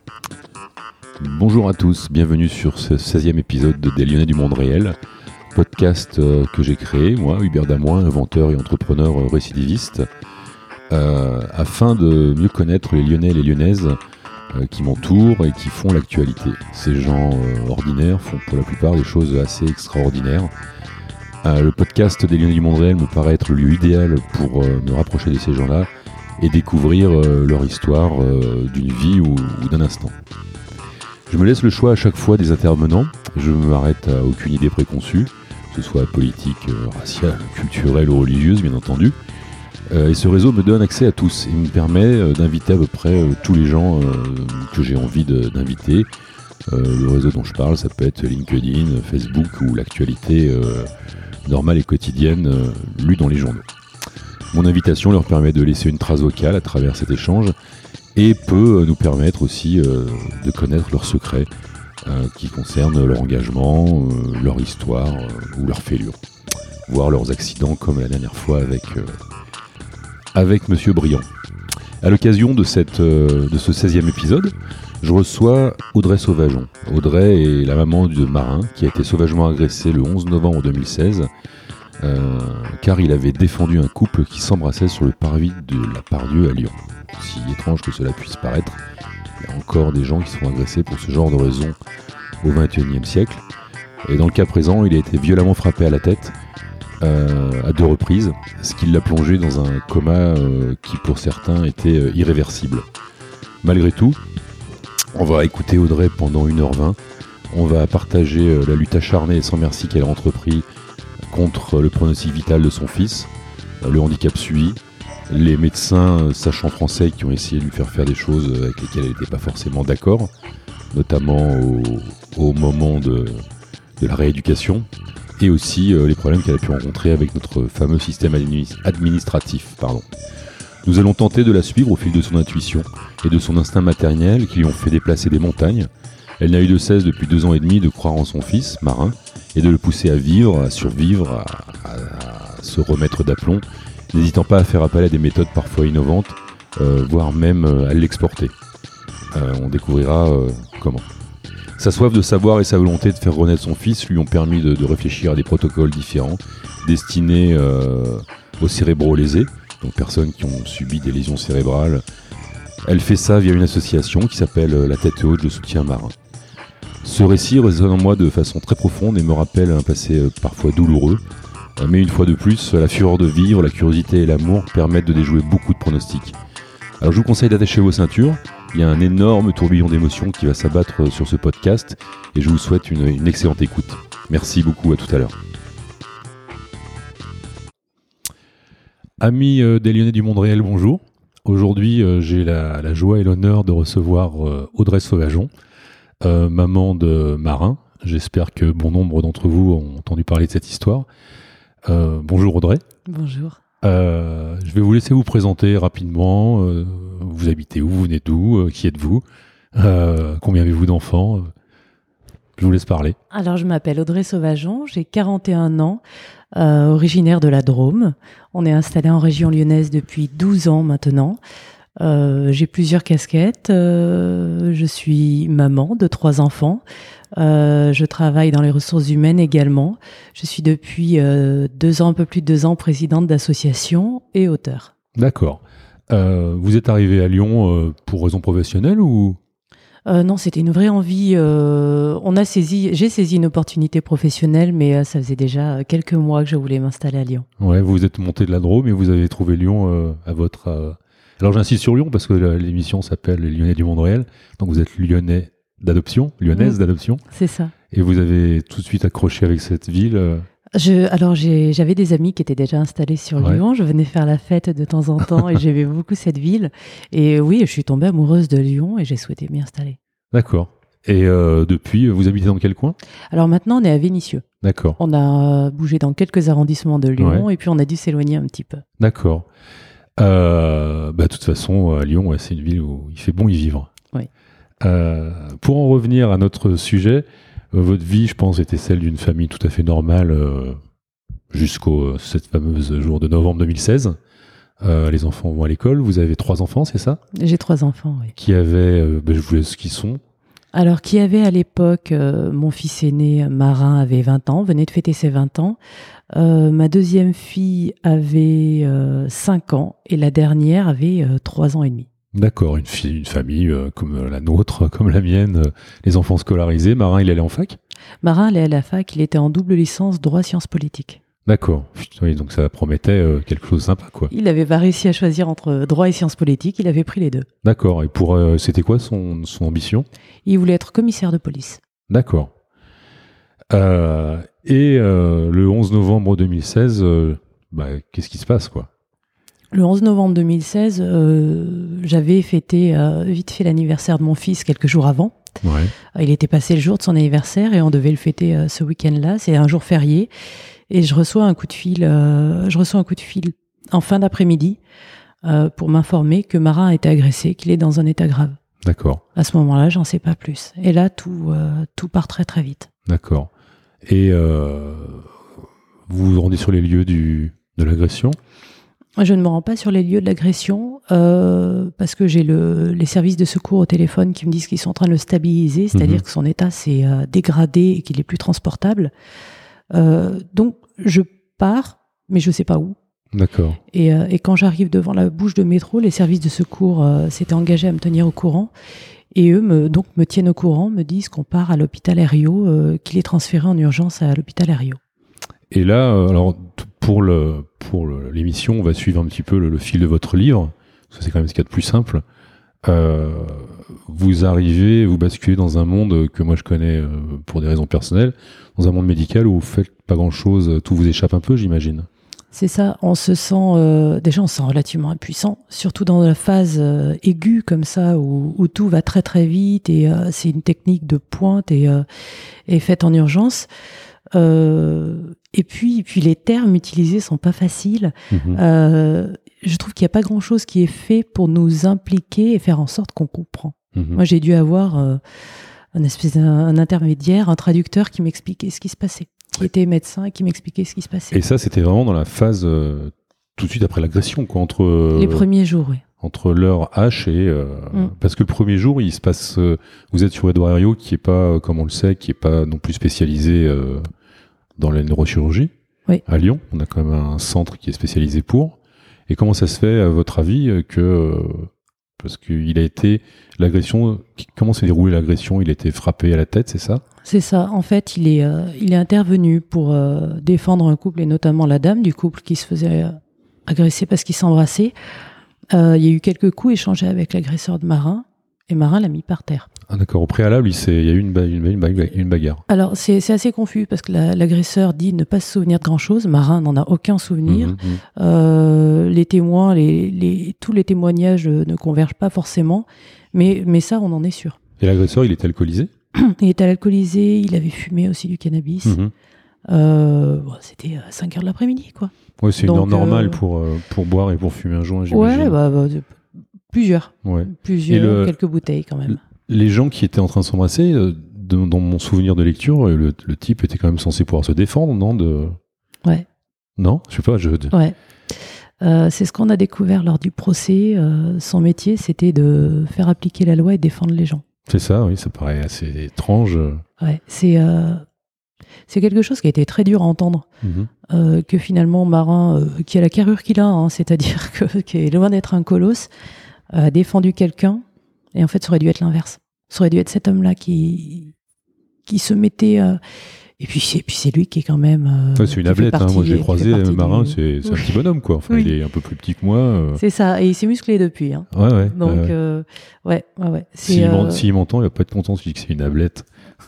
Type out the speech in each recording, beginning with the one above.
Bonjour à tous, bienvenue sur ce 16e épisode des Lyonnais du monde réel, podcast que j'ai créé, moi, Hubert Damoin, inventeur et entrepreneur récidiviste, afin de mieux connaître les Lyonnais et les Lyonnaises qui m'entourent et qui font l'actualité. Ces gens ordinaires font pour la plupart des choses assez extraordinaires. Le podcast des Lyonnais du monde réel me paraît être le lieu idéal pour me rapprocher de ces gens-là et découvrir leur histoire d'une vie ou d'un instant. Je me laisse le choix à chaque fois des intervenants, je ne m'arrête à aucune idée préconçue, que ce soit politique, raciale, culturelle ou religieuse bien entendu. Et ce réseau me donne accès à tous et me permet d'inviter à peu près tous les gens que j'ai envie d'inviter. Le réseau dont je parle, ça peut être LinkedIn, Facebook ou l'actualité normale et quotidienne lue dans les journaux. Mon invitation leur permet de laisser une trace vocale à travers cet échange et peut nous permettre aussi de connaître leurs secrets qui concernent leur engagement, leur histoire ou leurs fêlures, voire leurs accidents comme la dernière fois avec Monsieur Briand. À l'occasion de ce 16e épisode, je reçois Audrey Sauvageon. Audrey est la maman de Marin qui a été sauvagement agressé le 11 novembre 2016 car il avait défendu un couple qui s'embrassait sur le parvis de la Pardieu à Lyon. Si étrange que cela puisse paraître, il y a encore des gens qui sont agressés pour ce genre de raison au XXIe siècle. Et dans le cas présent, il a été violemment frappé à la tête à 2 reprises, ce qui l'a plongé dans un coma qui pour certains était irréversible. Malgré tout, on va écouter Audrey pendant 1h20. On va partager la lutte acharnée et sans merci qu'elle a entrepris contre le pronostic vital de son fils, le handicap subi, les médecins sachant français qui ont essayé de lui faire des choses avec lesquelles elle n'était pas forcément d'accord, notamment au moment de la rééducation, et aussi les problèmes qu'elle a pu rencontrer avec notre fameux système administratif. Nous allons tenter de la suivre au fil de son intuition et de son instinct maternel qui lui ont fait déplacer des montagnes. Elle n'a eu de cesse depuis 2 ans et demi de croire en son fils, Marin, et de le pousser à vivre, à survivre, à se remettre d'aplomb, n'hésitant pas à faire appel à des méthodes parfois innovantes, voire même à l'exporter. On découvrira comment. Sa soif de savoir et sa volonté de faire renaître son fils lui ont permis de réfléchir à des protocoles différents, destinés aux cérébraux lésés, donc personnes qui ont subi des lésions cérébrales. Elle fait ça via une association qui s'appelle La Tête Haute de soutien Marin. Ce récit résonne en moi de façon très profonde et me rappelle un passé parfois douloureux. Mais une fois de plus, la fureur de vivre, la curiosité et l'amour permettent de déjouer beaucoup de pronostics. Alors je vous conseille d'attacher vos ceintures. Il y a un énorme tourbillon d'émotions qui va s'abattre sur ce podcast et je vous souhaite une excellente écoute. Merci beaucoup, à tout à l'heure. Amis des Lyonnais du monde réel, bonjour. Aujourd'hui, j'ai la joie et l'honneur de recevoir Audrey Sauvageon, maman de Marin. J'espère que bon nombre d'entre vous ont entendu parler de cette histoire. Bonjour Audrey. Bonjour. Je vais vous laisser vous présenter rapidement. Vous habitez où, vous venez d'où, qui êtes-vous, combien avez-vous d'enfants? Je vous laisse parler. Alors, je m'appelle Audrey Sauvageon, j'ai 41 ans, originaire de la Drôme. On est installé en région lyonnaise depuis 12 ans maintenant. J'ai plusieurs casquettes. Je suis maman de 3 enfants. Je travaille dans les ressources humaines également. Je suis depuis 2 ans, un peu plus de 2 ans, présidente d'association et auteure. D'accord. Vous êtes arrivée à Lyon pour raison professionnelle ou ? Non, c'était une vraie envie. J'ai saisi une opportunité professionnelle, mais ça faisait déjà quelques mois que je voulais m'installer à Lyon. Ouais, vous êtes montée de la Drôme et vous avez trouvé Lyon à votre... Alors j'insiste sur Lyon parce que l'émission s'appelle Les Lyonnais du monde réel. Donc vous êtes lyonnaise d'adoption. C'est ça. Et vous avez tout de suite accroché avec cette ville. J'avais des amis qui étaient déjà installés sur Lyon. Ouais. Je venais faire la fête de temps en temps et j'aimais beaucoup cette ville. Et oui, je suis tombée amoureuse de Lyon et j'ai souhaité m'y installer. D'accord. Et depuis, vous habitez dans quel coin ? Alors maintenant, on est à Vénissieux. D'accord. On a bougé dans quelques arrondissements de Lyon et puis on a dû s'éloigner un petit peu. D'accord. De toute façon, à Lyon, c'est une ville où il fait bon y vivre. Oui. Pour en revenir à notre sujet, votre vie, je pense, était celle d'une famille tout à fait normale jusqu'au cette fameuse jour de novembre 2016. Les enfants vont à l'école. Vous avez 3 enfants, c'est ça? J'ai 3 enfants, oui. Qui avaient, je vous laisse qui sont. Alors, qui avait à l'époque, mon fils aîné, Marin, avait 20 ans, venait de fêter ses 20 ans. Ma deuxième fille avait 5 ans et la dernière avait 3 ans et demi. D'accord, une famille comme la nôtre, comme la mienne, les enfants scolarisés. Marin, il allait en fac? Marin allait à la fac, il était en double licence droit sciences politiques. D'accord, oui, donc ça promettait quelque chose de sympa, quoi. Il n'avait pas réussi à choisir entre droit et sciences politiques, il avait pris les deux. D'accord, et c'était quoi son ambition? Il voulait être commissaire de police. D'accord. Le 11 novembre 2016, qu'est-ce qui se passe, quoi? Le 11 novembre 2016, j'avais fêté vite fait l'anniversaire de mon fils quelques jours avant. Ouais. Il était passé le jour de son anniversaire et on devait le fêter ce week-end-là. C'est un jour férié. Et je reçois un coup de fil en fin d'après-midi pour m'informer que Marin a été agressé, qu'il est dans un état grave. D'accord. À ce moment-là, j'en sais pas plus. Et là, tout part très très vite. D'accord. Et vous vous rendez sur les lieux de l'agression? Je ne me rends pas sur les lieux de l'agression parce que j'ai les services de secours au téléphone qui me disent qu'ils sont en train de le stabiliser, c'est-à-dire que son état s'est dégradé et qu'il est plus transportable. Donc, je pars, mais je ne sais pas où. D'accord. Et quand j'arrive devant la bouche de métro, les services de secours s'étaient engagés à me tenir au courant. Et eux me tiennent au courant, me disent qu'on part à l'hôpital Herriot, qu'il est transféré en urgence à l'hôpital Herriot. Et là, alors, pour l'émission, on va suivre un petit peu le fil de votre livre, parce que c'est quand même ce qu'il y a de plus simple. Vous basculez dans un monde que moi je connais pour des raisons personnelles, dans un monde médical où vous faites pas grand-chose, tout vous échappe un peu, j'imagine. C'est ça, on se sent relativement impuissant, surtout dans la phase aiguë comme ça, où tout va très très vite et c'est une technique de pointe et faite en urgence. Et puis les termes utilisés sont pas faciles. Je trouve qu'il n'y a pas grand-chose qui est fait pour nous impliquer et faire en sorte qu'on comprend. Moi, j'ai dû avoir un intermédiaire, un traducteur qui m'expliquait ce qui se passait, qui était médecin et qui m'expliquait ce qui se passait. Et ça, c'était vraiment dans la phase tout de suite après l'agression, quoi, les premiers jours, oui. Entre l'heure H et... Parce que le premier jour, il se passe... vous êtes sur Édouard Herriot, qui est pas, comme on le sait, qui est pas non plus spécialisé dans la neurochirurgie. Oui. À Lyon, on a quand même un centre qui est spécialisé pour. Et comment ça se fait, à votre avis, parce qu'il a été... L'agression... Comment s'est déroulée l'agression? Il a été frappé à la tête, c'est ça? C'est ça. En fait, il est intervenu pour défendre un couple, et notamment la dame du couple qui se faisait agresser parce qu'ils s'embrassaient. Il y a eu quelques coups échangés avec l'agresseur de Marin, et Marin l'a mis par terre. Ah, d'accord. Au préalable, il y a eu une bagarre. Alors, c'est assez confus parce que l'agresseur dit ne pas se souvenir de grand-chose. Marin n'en a aucun souvenir. Les témoins, tous les témoignages ne convergent pas forcément, mais ça, on en est sûr. Et l'agresseur, il était alcoolisé? Il était alcoolisé, il avait fumé aussi du cannabis. C'était 5 heures de l'après-midi, quoi. Ouais, c'est une heure normale pour boire et pour fumer un joint, j'imagine. Ouais, plusieurs. Ouais. Quelques bouteilles quand même. Les gens qui étaient en train de s'embrasser, dans mon souvenir de lecture, le type était quand même censé pouvoir se défendre, non? Ouais. Non? Je sais pas. Ouais. C'est ce qu'on a découvert lors du procès. Son métier, c'était de faire appliquer la loi et défendre les gens. C'est ça, oui, ça paraît assez étrange. Ouais, c'est quelque chose qui a été très dur à entendre. Que finalement, Marin, qui a la carrure qu'il a, c'est-à-dire qui est loin d'être un colosse, a défendu quelqu'un, et en fait, ça aurait dû être l'inverse. Ça aurait dû être cet homme-là qui se mettait... Et puis c'est lui qui est quand même... c'est une ablette, moi j'ai croisé Marin, c'est un petit bonhomme, quoi. Enfin, oui. Il est un peu plus petit que moi. C'est ça, et il s'est musclé depuis. Ouais. Donc, ouais. S'il m'entend, il va pas être content si je dis que c'est une ablette.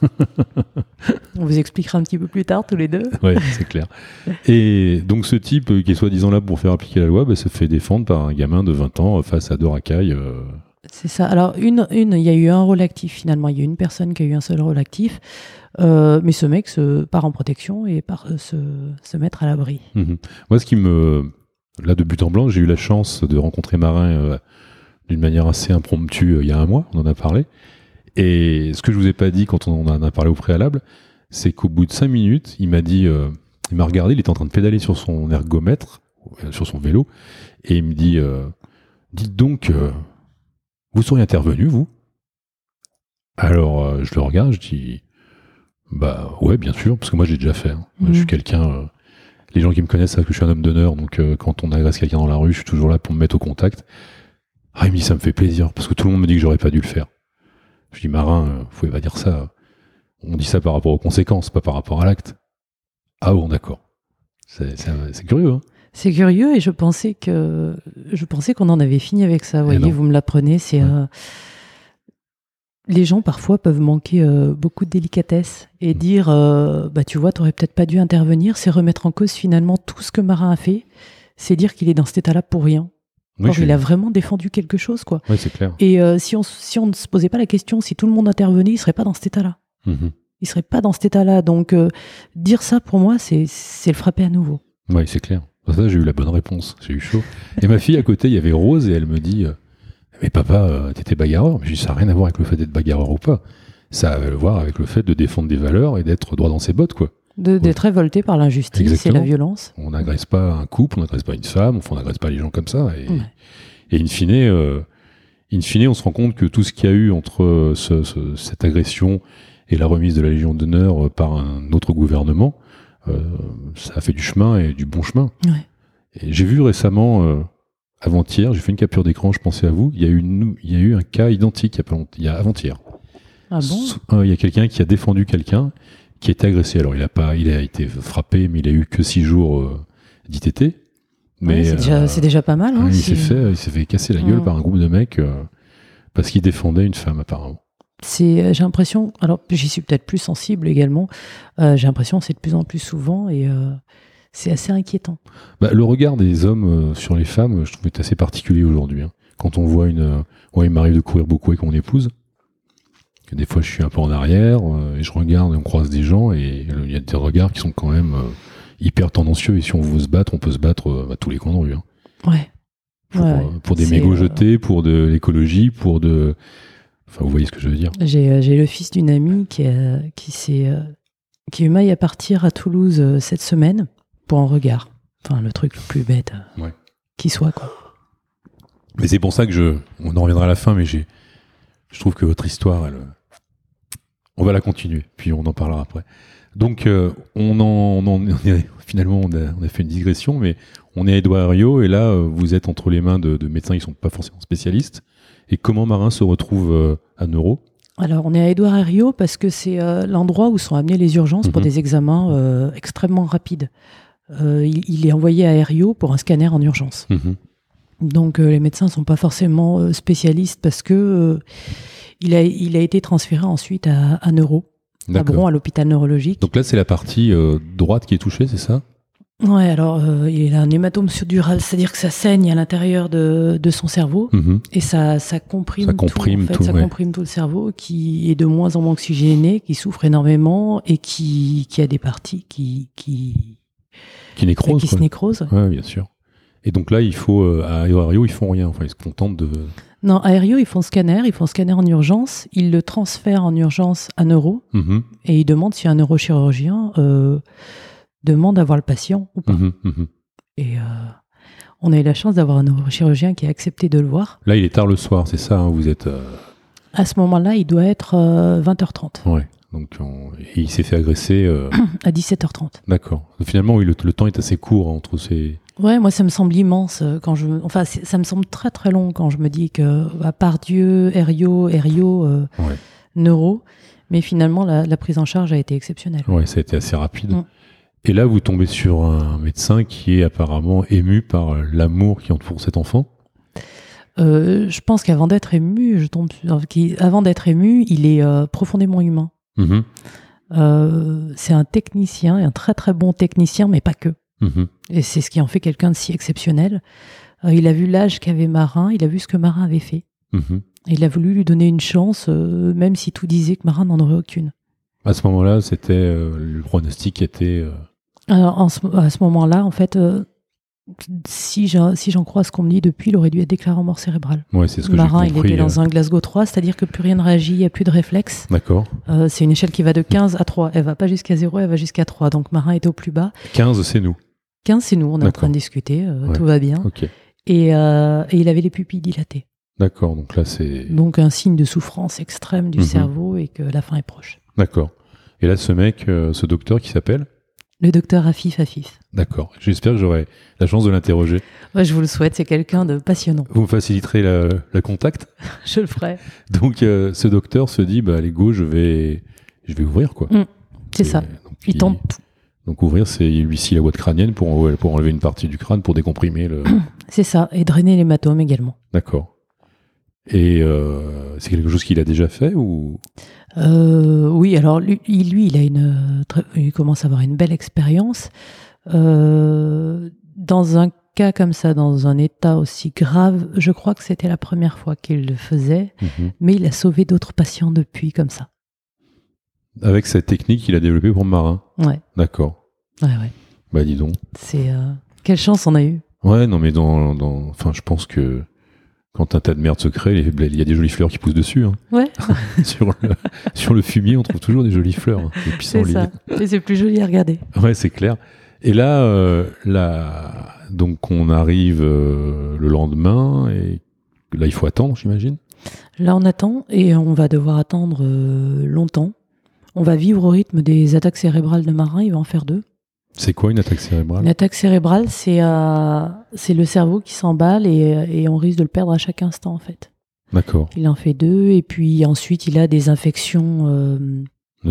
On vous expliquera un petit peu plus tard, tous les deux. Ouais, c'est clair. Et donc ce type qui est soi-disant là pour faire appliquer la loi, se fait défendre par un gamin de 20 ans face à deux racailles. C'est ça. Alors, il y a eu un rôle actif finalement. Il y a une personne qui a eu un seul rôle actif. Mais ce mec part en protection et part se mettre à l'abri. Moi, là, de but en blanc, j'ai eu la chance de rencontrer Marin d'une manière assez impromptue il y a un mois. On en a parlé. Et ce que je vous ai pas dit quand on en a parlé au préalable, c'est qu'au bout de 5 minutes, il m'a dit, il m'a regardé, il était en train de pédaler sur son ergomètre sur son vélo, et il me dit dites donc, vous seriez intervenu, vous? Alors, je le regarde, je dis bah ouais, bien sûr, parce que moi j'ai déjà fait. Hein. Je suis quelqu'un. Les gens qui me connaissent savent que je suis un homme d'honneur, donc quand on agresse quelqu'un dans la rue, je suis toujours là pour me mettre au contact. Ah, il me dit ça me fait plaisir, parce que tout le monde me dit que j'aurais pas dû le faire. Je dis Marin, vous pouvez pas dire ça. On dit ça par rapport aux conséquences, pas par rapport à l'acte. Ah bon, d'accord. C'est curieux, hein. C'est curieux et je pensais qu'on en avait fini avec ça. Vous voyez, vous me l'apprenez. Les gens parfois peuvent manquer beaucoup de délicatesse et dire tu vois, t'aurais peut-être pas dû intervenir. C'est remettre en cause finalement tout ce que Marin a fait. C'est dire qu'il est dans cet état-là pour rien. Oui, il a vraiment défendu quelque chose, quoi. Oui, c'est clair. Et si on ne se posait pas la question, si tout le monde intervenait, il serait pas dans cet état-là. Il serait pas dans cet état-là. Donc dire ça pour moi, c'est le frapper à nouveau. Oui, c'est clair. Ça, j'ai eu la bonne réponse. J'ai eu chaud. Et ma fille à côté, il y avait Rose et elle me dit mais papa, t'étais bagarreur. Mais je dis, ça n'a rien à voir avec le fait d'être bagarreur ou pas. Ça a à voir avec le fait de défendre des valeurs et d'être droit dans ses bottes, quoi. D'être révolté par l'injustice et la violence. On n'agresse pas un couple, on n'agresse pas une femme, on n'agresse pas les gens comme ça. Et in fine, on se rend compte que tout ce qu'il y a eu entre cette agression et la remise de la Légion d'honneur par un autre gouvernement, ça a fait du chemin et du bon chemin. Ouais. Et j'ai vu récemment, avant-hier, j'ai fait une capture d'écran, je pensais à vous, il y a eu un cas identique il y a avant-hier. Ah bon ? Il y a quelqu'un qui a défendu quelqu'un qui a été agressé. Alors, il a été frappé, mais il a eu que 6 jours d'ITT. Mais c'est déjà pas mal. Hein, il s'est fait casser la gueule par un groupe de mecs parce qu'il défendait une femme, apparemment. J'ai l'impression, alors j'y suis peut-être plus sensible également, j'ai l'impression que c'est de plus en plus souvent et c'est assez inquiétant. Le regard des hommes sur les femmes, je trouve, est assez particulier aujourd'hui. Hein. Quand on voit il m'arrive de courir beaucoup avec mon épouse, que des fois je suis un peu en arrière et je regarde et on croise des gens et il y a des regards qui sont quand même hyper tendancieux et si on veut se battre, on peut se battre à tous les coins de rue. Hein. Ouais. Pour des mégots jetés, pour de l'écologie, pour de... Enfin, vous voyez ce que je veux dire. J'ai le fils d'une amie qui maille à partir à Toulouse cette semaine pour un regard. Enfin, le truc le plus bête qui soit, quoi. Mais c'est pour ça que on en reviendra à la fin, mais je trouve que votre histoire, on va la continuer, puis on en parlera après. Donc, finalement, on a fait une digression, mais on est à Édouard Herriot, et là, vous êtes entre les mains de médecins qui ne sont pas forcément spécialistes. Et comment Marin se retrouve à Neuro ? Alors, on est à Édouard Herriot parce que c'est l'endroit où sont amenées les urgences pour des examens extrêmement rapides. Il est envoyé à Herriot pour un scanner en urgence. Donc, les médecins ne sont pas forcément spécialistes parce que il a été transféré ensuite à Neuro, à Bron, à l'hôpital neurologique. Donc là, c'est la partie droite qui est touchée, c'est ça ? Ouais, alors il a un hématome subdural, c'est-à-dire que ça saigne à l'intérieur de son cerveau et ça comprime tout le cerveau, qui est de moins en moins oxygéné, qui souffre énormément et qui a des parties qui nécrosent. Qui se nécrosent. Ouais, bien sûr. Et donc là, à Herriot, ils font rien. Enfin, ils se contentent de... Non, à Herriot, ils font scanner en urgence. Ils le transfèrent en urgence à Neuro et ils demandent si un neurochirurgien demande à voir le patient ou pas. Et on a eu la chance d'avoir un neurochirurgien qui a accepté de le voir. Là, il est tard le soir, c'est ça, hein, vous êtes... À ce moment-là, il doit être 20h30. Ouais. Donc, et il s'est fait agresser... À 17h30. D'accord. Finalement, oui, le temps est assez court entre ces... Ouais, moi, ça me semble immense. Ça me semble très très long quand je me dis que, à part Dieu, Herriot, Neuro, mais finalement, la prise en charge a été exceptionnelle. Ouais, ça a été assez rapide. Et là, vous tombez sur un médecin qui est apparemment ému par l'amour qu'il entoure cet enfant. Je pense qu'avant d'être ému, il est profondément humain. C'est un technicien, un très très bon technicien, mais pas que. Et c'est ce qui en fait quelqu'un de si exceptionnel. Il a vu l'âge qu'avait Marin, il a vu ce que Marin avait fait. Et il a voulu lui donner une chance, même si tout disait que Marin n'en aurait aucune. À ce moment-là, c'était le pronostic était... Alors, à ce moment-là, en fait, si j'en crois ce qu'on me dit depuis, il aurait dû être déclaré en mort cérébrale. Ouais, c'est ce que j'ai compris. Marin, il était dans un Glasgow 3, c'est-à-dire que plus rien ne réagit, il n'y a plus de réflexe. D'accord. C'est une échelle qui va de 15 à 3. Elle ne va pas jusqu'à 0, elle va jusqu'à 3. Donc Marin est au plus bas. 15, c'est nous. 15, c'est nous, on est en train de discuter, tout va bien. Okay. Et il avait les pupilles dilatées. D'accord, donc là c'est... Donc un signe de souffrance extrême du cerveau et que la fin est proche. D'accord. Et là ce mec, ce docteur qui s'appelle ? Le docteur Afif. D'accord. J'espère que j'aurai la chance de l'interroger. Ouais, je vous le souhaite, c'est quelqu'un de passionnant. Vous me faciliterez la contact ? Je le ferai. Donc ce docteur se dit, allez go, je vais ouvrir quoi. C'est ça. Donc, il tente tout. Donc ouvrir, c'est lui scie la ouate crânienne pour enlever une partie du crâne, pour décomprimer le... C'est ça, et drainer l'hématome également. D'accord. Et c'est quelque chose qu'il a déjà fait ou... Oui, alors lui il commence à avoir une belle expérience. Dans un cas comme ça, dans un état aussi grave, je crois que c'était la première fois qu'il le faisait, mais il a sauvé d'autres patients depuis comme ça. Avec cette technique qu'il a développée pour Marin. Ouais. D'accord. Ouais. Bah dis donc. C'est quelle chance on a eu. Ouais, non mais enfin je pense que quand un tas de merde se crée, il y a des jolies fleurs qui poussent dessus. Hein. Ouais. sur le fumier, on trouve toujours des jolies fleurs. Hein, des c'est ça. Et c'est plus joli à regarder. Ouais, c'est clair. Et là, donc on arrive le lendemain et là il faut attendre, j'imagine. Là on attend et on va devoir attendre longtemps. On va vivre au rythme des attaques cérébrales de Marin, il va en faire 2. C'est quoi une attaque cérébrale ? Une attaque cérébrale, c'est le cerveau qui s'emballe et on risque de le perdre à chaque instant en fait. D'accord. Il en fait 2 et puis ensuite il a des infections... nosocomiales ?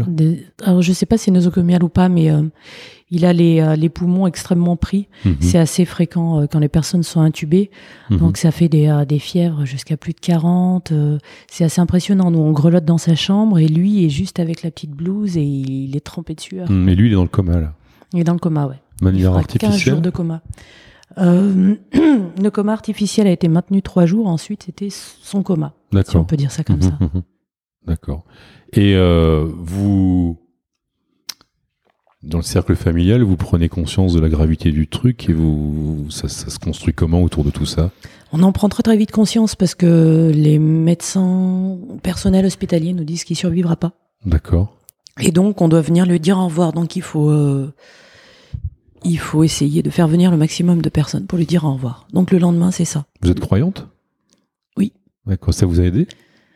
Alors je sais pas si c'est nosocomial ou pas, mais il a les poumons extrêmement pris. C'est assez fréquent quand les personnes sont intubées. Donc ça fait des fièvres jusqu'à plus de 40. C'est assez impressionnant. Nous, on grelotte dans sa chambre et lui est juste avec la petite blouse et il est trempé de sueur. Mais lui, il est dans le coma, là. Il est dans le coma, ouais. Manière artificielle. 15 jours de coma. Le coma artificiel a été maintenu 3 jours. Ensuite, c'était son coma. D'accord. Si on peut dire ça comme ça. D'accord. Et vous, dans le cercle familial, vous prenez conscience de la gravité du truc et ça se construit comment autour de tout ça ? On en prend très très vite conscience parce que les médecins, personnel hospitalier nous disent qu'il survivra pas. D'accord. Et donc on doit venir lui dire au revoir. Donc il faut essayer de faire venir le maximum de personnes pour lui dire au revoir. Donc le lendemain, c'est ça. Vous êtes croyante ? Oui. D'accord. Ça vous a aidé ?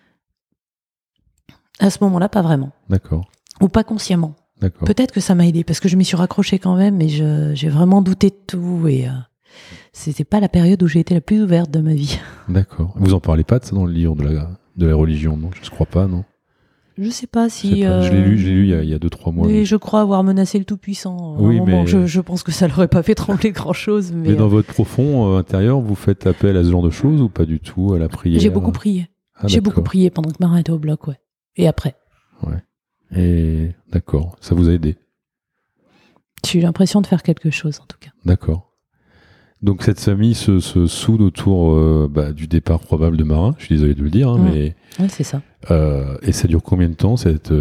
À ce moment-là, pas vraiment. D'accord. Ou pas consciemment. D'accord. Peut-être que ça m'a aidé parce que je m'y suis raccrochée quand même, mais j'ai vraiment douté de tout et c'était pas la période où j'ai été la plus ouverte de ma vie. D'accord. Vous en parlez pas de ça dans le livre de la religion, non ? Je ne crois pas, non ? Je sais pas si... Je l'ai lu il y a 2-3 mois. Oui, je crois avoir menacé le Tout-Puissant. Oui, mais... je pense que ça l'aurait pas fait trembler grand-chose. Mais dans votre profond intérieur, vous faites appel à ce genre de choses ou pas du tout, à la prière ? J'ai beaucoup prié. J'ai beaucoup prié pendant que Marin était au bloc, ouais. Et après. Ouais. Et d'accord, ça vous a aidé ? J'ai eu l'impression de faire quelque chose, en tout cas. D'accord. Donc cette famille se soude autour du départ probable de Marin. Je suis désolé de le dire, mais... Oui, c'est ça. Et ça dure combien de temps,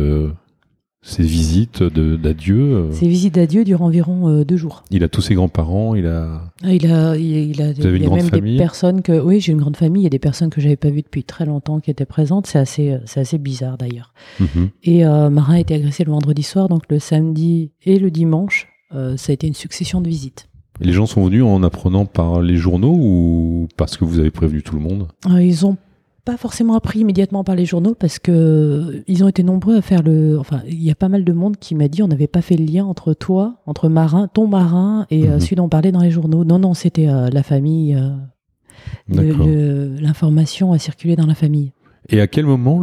ces visites d'adieu Ces visites d'adieu durent environ 2 jours. Il a tous ses grands-parents, il a Vous avez une grande famille ? Des personnes que... Oui, j'ai une grande famille. Il y a des personnes que j'avais pas vues depuis très longtemps qui étaient présentes. C'est assez bizarre, d'ailleurs. Et Marin a été agressé le vendredi soir, donc le samedi et le dimanche, ça a été une succession de visites. Les gens sont venus en apprenant par les journaux ou parce que vous avez prévenu tout le monde ? Ils ont pas forcément appris immédiatement par les journaux parce que ils ont été nombreux à faire il y a pas mal de monde qui m'a dit on n'avait pas fait le lien entre ton Marin et celui dont on parlait dans les journaux. Non, c'était la famille. L'information a circulé dans la famille. Et à quel moment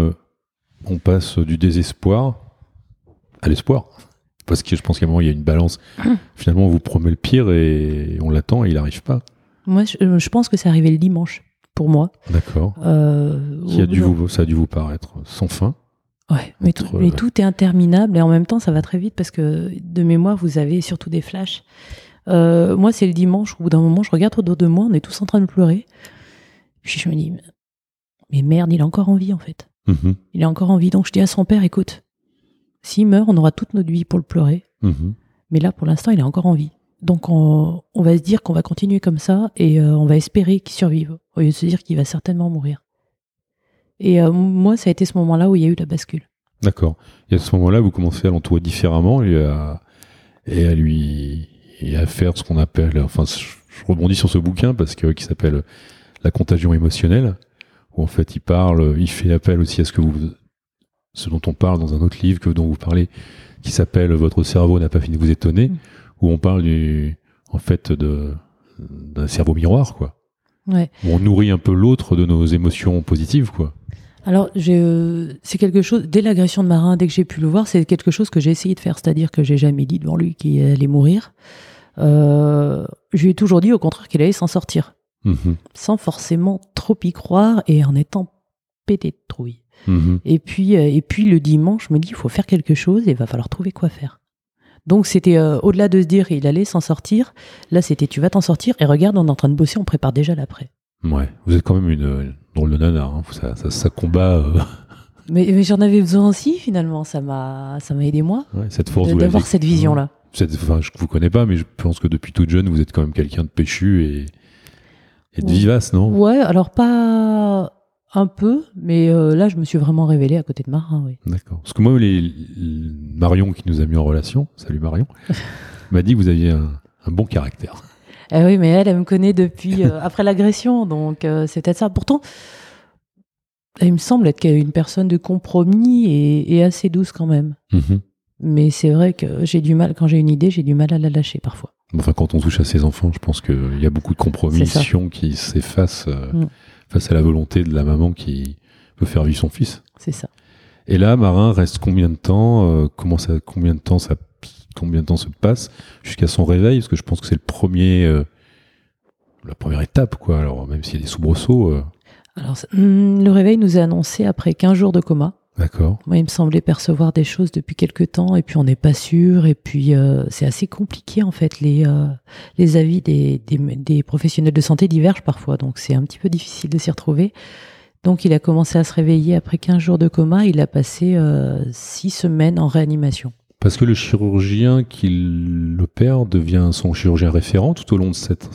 on passe du désespoir à l'espoir ? Parce que je pense qu'à un moment, il y a une balance. Finalement, on vous promet le pire et on l'attend et il n'arrive pas. Moi, je pense que c'est arrivé le dimanche, pour moi. D'accord. Ça a dû vous paraître sans fin. Ouais, mais tout est interminable et en même temps, ça va très vite parce que de mémoire, vous avez surtout des flashs. Moi, c'est le dimanche où, d'un moment, je regarde autour de moi, on est tous en train de pleurer. Puis je me dis, mais merde, il est encore en vie, en fait. Il est encore en vie. Donc, je dis à son père, écoute, s'il meurt, on aura toute notre vie pour le pleurer. Mais là, pour l'instant, il est encore en vie. Donc, on va se dire qu'on va continuer comme ça et on va espérer qu'il survive, au lieu de se dire qu'il va certainement mourir. Et moi, ça a été ce moment-là où il y a eu la bascule. D'accord. Et à ce moment-là, vous commencez à l'entourer différemment et à lui et à faire ce qu'on appelle, enfin, je rebondis sur ce bouquin parce que qui s'appelle La contagion émotionnelle, où en fait il fait appel aussi à ce dont on parle dans un autre livre dont vous parlez, qui s'appelle Votre cerveau n'a pas fini de vous étonner, où on parle d'un cerveau miroir, quoi. Ouais. Où on nourrit un peu l'autre de nos émotions positives, quoi. Alors, c'est quelque chose, dès l'agression de Marin, dès que j'ai pu le voir, c'est quelque chose que j'ai essayé de faire, c'est-à-dire que j'ai jamais dit devant lui qu'il allait mourir. Je lui ai toujours dit, au contraire, qu'il allait s'en sortir. Sans forcément trop y croire et en étant pété de trouille. Et puis le dimanche, je me dis, il faut faire quelque chose et il va falloir trouver quoi faire. Donc c'était au-delà de se dire il allait s'en sortir, là c'était tu vas t'en sortir et regarde, on est en train de bosser, on prépare déjà l'après. Ouais, vous êtes quand même une drôle de nana, hein. Ça combat. Mais j'en avais besoin aussi finalement, ça m'a aidé moi cette force d'avoir cette vision-là. Je vous connais pas, mais je pense que depuis toute jeune vous êtes quand même quelqu'un de péchu et de vivace, non? Ouais, alors pas un peu, mais là je me suis vraiment révélée à côté de Marin, oui. D'accord. Parce que moi, Marion qui nous a mis en relation, salut Marion, m'a dit que vous aviez un bon caractère. Eh oui, mais elle me connaît depuis après l'agression, donc c'est peut-être ça. Pourtant, il me semble être une personne de compromis et assez douce quand même. Mais c'est vrai que j'ai du mal, quand j'ai une idée, j'ai du mal à la lâcher parfois. Enfin, quand on touche à ses enfants, je pense qu'il y a beaucoup de compromissions qui s'effacent face à la volonté de la maman qui veut faire vivre son fils. C'est ça. Et là, Marin reste combien de temps combien de temps se passe jusqu'à son réveil? Parce que je pense que c'est la première étape, quoi. Alors, même s'il y a des soubresauts. Alors, le réveil nous est annoncé après 15 jours de coma. D'accord. Moi, il me semblait percevoir des choses depuis quelques temps, et puis on n'est pas sûr, et puis c'est assez compliqué en fait. Les avis des professionnels de santé divergent parfois, donc c'est un petit peu difficile de s'y retrouver. Donc il a commencé à se réveiller après 15 jours de coma, il a passé 6 semaines en réanimation. Parce que le chirurgien qui l'opère devient son chirurgien référent tout au long de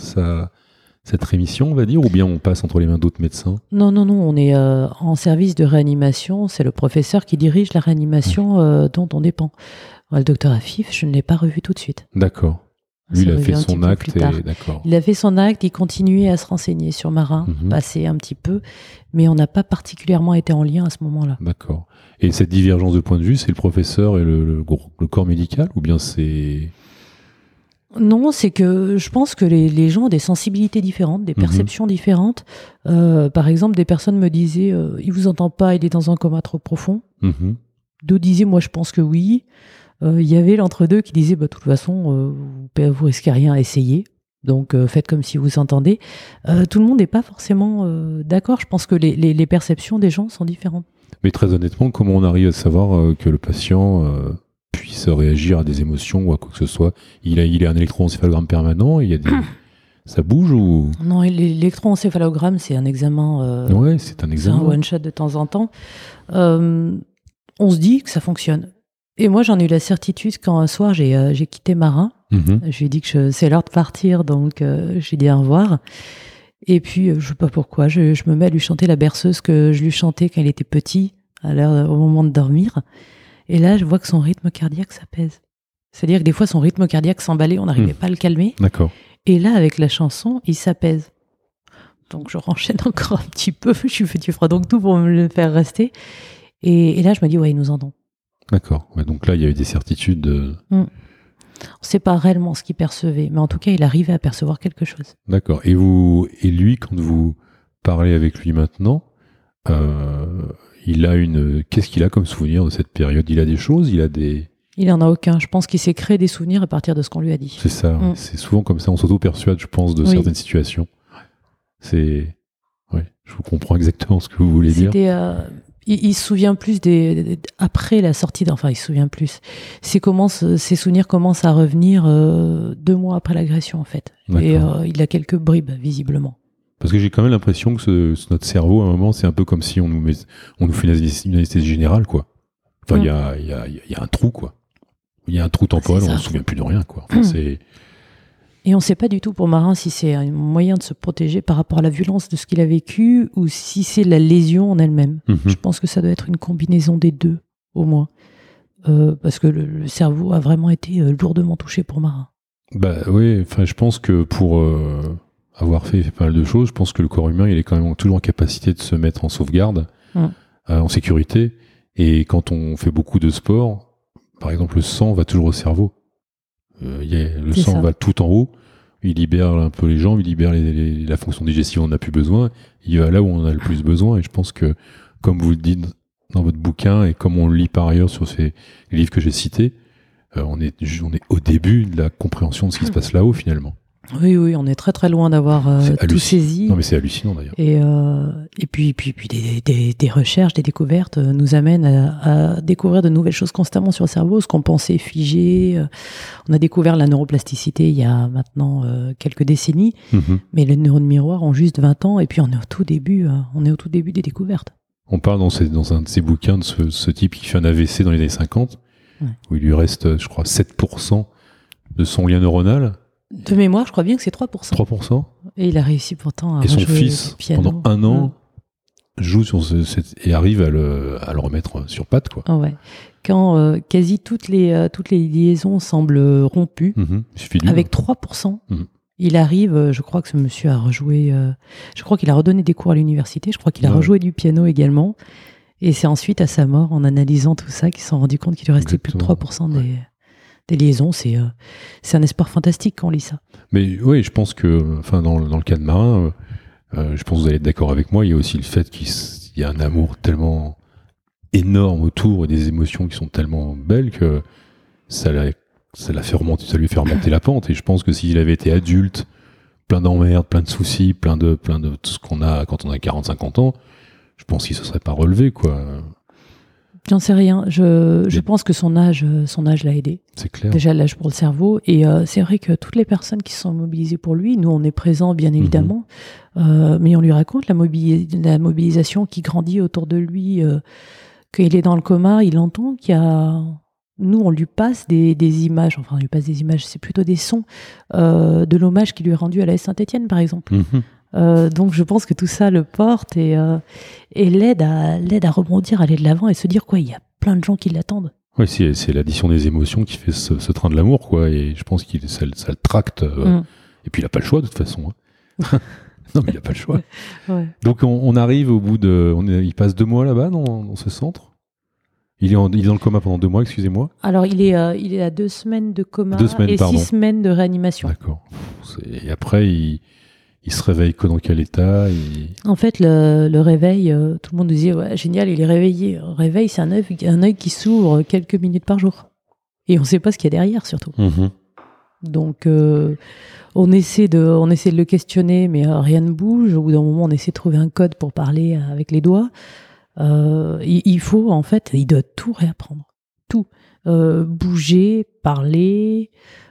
cette rémission, on va dire, ou bien on passe entre les mains d'autres médecins? Non, on est en service de réanimation, c'est le professeur qui dirige la réanimation dont on dépend. Le docteur Afif, je ne l'ai pas revu tout de suite. D'accord. Lui, il a fait son acte. D'accord. Il a fait son acte, il continuait à se renseigner sur Marin, passer un petit peu, mais on n'a pas particulièrement été en lien à ce moment-là. D'accord. Et cette divergence de point de vue, c'est le professeur et le corps médical, ou bien c'est... Non, c'est que je pense que les gens ont des sensibilités différentes, des perceptions différentes. Par exemple, des personnes me disaient il vous entend pas, il est dans un coma trop profond. D'autres disaient moi je pense que oui. Il y avait l'entre-deux qui disait de toute façon vous risquez rien, essayez. Donc faites comme si vous entendez. Tout le monde n'est pas forcément d'accord. Je pense que les perceptions des gens sont différentes. Mais très honnêtement, comment on arrive à savoir que le patient puisse réagir à des émotions ou à quoi que ce soit? Il a un électroencéphalogramme permanent, ça bouge ou... Non, l'électroencéphalogramme, c'est un examen. Ouais, c'est un examen. C'est un one-shot de temps en temps. On se dit que ça fonctionne. Et moi, j'en ai eu la certitude quand un soir, j'ai quitté Marin. Je lui ai dit que c'est l'heure de partir, donc j'ai dit au revoir. Et puis, je sais pas pourquoi, je me mets à lui chanter la berceuse que je lui chantais quand il était petit, au moment de dormir. Et là, je vois que son rythme cardiaque s'apaise. C'est-à-dire que des fois, son rythme cardiaque s'emballait, on n'arrivait pas à le calmer. D'accord. Et là, avec la chanson, il s'apaise. Donc, je renchaîne encore un petit peu. Je ferai donc tout pour me le faire rester. Et là, je me dis, ouais, il nous entend. D'accord. Ouais, donc là, il y a eu des certitudes. On ne sait pas réellement ce qu'il percevait, mais en tout cas, il arrivait à percevoir quelque chose. D'accord. Et lui, quand vous parlez avec lui maintenant, qu'est-ce qu'il a comme souvenir de cette période? Il a des choses, Il en a aucun. Je pense qu'il s'est créé des souvenirs à partir de ce qu'on lui a dit. C'est ça. C'est souvent comme ça. On s'auto-persuade, je pense, de certaines situations. Je vous comprends exactement ce que vous voulez dire. Il se souvient plus après la sortie il se souvient plus. Ses souvenirs commencent à revenir 2 mois après l'agression, en fait. Et il a quelques bribes, visiblement. Parce que j'ai quand même l'impression que notre cerveau, à un moment, c'est un peu comme si on nous fait une anesthésie générale, quoi. Enfin, il y a un trou, quoi. Il y a un trou temporel, on ne se souvient plus de rien, quoi. Enfin, Et on ne sait pas du tout pour Marin si c'est un moyen de se protéger par rapport à la violence de ce qu'il a vécu ou si c'est la lésion en elle-même. Je pense que ça doit être une combinaison des deux, au moins. Parce que le cerveau a vraiment été lourdement touché pour Marin. Bah oui, enfin, je pense que pour avoir fait pas mal de choses, je pense que le corps humain, il est quand même toujours en capacité de se mettre en sauvegarde, en sécurité. Et quand on fait beaucoup de sport, par exemple, le sang va toujours au cerveau. Le sang va tout en haut. Il libère un peu les jambes, il libère la fonction digestive dont on n'a plus besoin. Il va là où on a le plus besoin. Et je pense que, comme vous le dites dans votre bouquin et comme on le lit par ailleurs sur les livres que j'ai cités, on est au début de la compréhension de ce qui se passe là-haut finalement. Oui, on est très très loin d'avoir tout saisi. Non, mais c'est hallucinant d'ailleurs. Et puis des recherches, des découvertes nous amènent à découvrir de nouvelles choses constamment sur le cerveau, ce qu'on pensait figé. On a découvert la neuroplasticité il y a maintenant quelques décennies, mais les neurones miroirs ont juste 20 ans, et puis on est au tout début des découvertes. On parle dans un de ces bouquins de ce type qui fait un AVC dans les années 50, où il lui reste, je crois, 7% de son lien neuronal. De mémoire, je crois bien que c'est 3%. 3%. Et il a réussi pourtant à et son fils, pendant un an, joue sur et arrive à le remettre sur pattes, quoi. Ouais. Quand quasi toutes les liaisons semblent rompues, avec 3%, il arrive, je crois que ce monsieur a rejoué, je crois qu'il a redonné des cours à l'université, je crois qu'il a rejoué du piano également, et c'est ensuite à sa mort, en analysant tout ça, qu'ils se sont rendus compte qu'il lui restait plus de 3% des liaisons. C'est un espoir fantastique quand on lit ça. Mais oui, je pense que, enfin, dans le cas de Marin, je pense que vous allez être d'accord avec moi, il y a aussi le fait qu'il y a un amour tellement énorme autour et des émotions qui sont tellement belles que ça lui fait remonter la pente. Et je pense que s'il avait été adulte, plein d'emmerdes, plein de soucis, plein de tout ce qu'on a quand on a 40-50 ans, je pense qu'il se serait pas relevé, quoi. J'en sais rien. Je pense que son âge l'a aidé. C'est clair. Déjà l'âge pour le cerveau. Et c'est vrai que toutes les personnes qui se sont mobilisées pour lui, nous on est présents bien évidemment, mais on lui raconte la mobilisation qui grandit autour de lui, qu'il est dans le coma, il entend qu'il y a... Nous on lui passe des images, enfin on lui passe des images, c'est plutôt des sons de l'hommage qui lui est rendu à la Saint-Étienne par exemple. Donc je pense que tout ça le porte et l'aide à rebondir, à aller de l'avant et se dire quoi, il y a plein de gens qui l'attendent. Oui, c'est l'addition des émotions qui fait ce train de l'amour, quoi. Et je pense que ça le tracte. Et puis il n'a pas le choix de toute façon. Hein. Non, mais il n'a pas le choix. Ouais. Donc on arrive au bout il passe 2 mois là-bas dans ce centre. Il est dans le coma pendant 2 mois, excusez-moi. Alors il est à 2 semaines de coma et 6 semaines de réanimation. D'accord. Et après il se réveille dans quel état? En fait, le réveil, tout le monde nous disait ouais, génial, il est réveillé. Le réveil, c'est un œil qui s'ouvre quelques minutes par jour. Et on ne sait pas ce qu'il y a derrière, surtout. Donc, on essaie de le questionner, mais rien ne bouge. Au bout d'un moment, on essaie de trouver un code pour parler avec les doigts. Il faut, en fait, il doit tout réapprendre. Tout. Bouger, parler,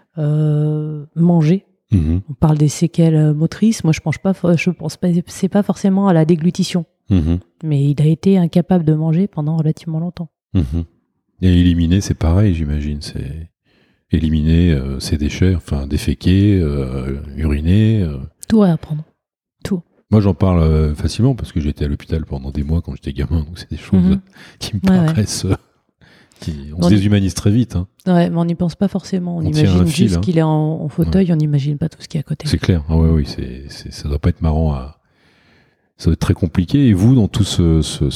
manger. On parle des séquelles motrices. Moi, je pense pas, c'est pas forcément à la déglutition. Mais il a été incapable de manger pendant relativement longtemps. Et éliminer, c'est pareil, j'imagine. C'est éliminer ses déchets, enfin déféquer, uriner. Tout réapprendre. Tout. Moi, j'en parle facilement parce que j'étais à l'hôpital pendant des mois quand j'étais gamin. Donc, c'est des choses qui me paraissent... On se déshumanise très vite. Hein. Ouais, mais on n'y pense pas forcément. On imagine juste qu'il est en fauteuil, on n'imagine pas tout ce qui est à côté. C'est clair. Ah oui, ça doit pas être marrant. Ça doit être très compliqué. Et vous, dans tout ce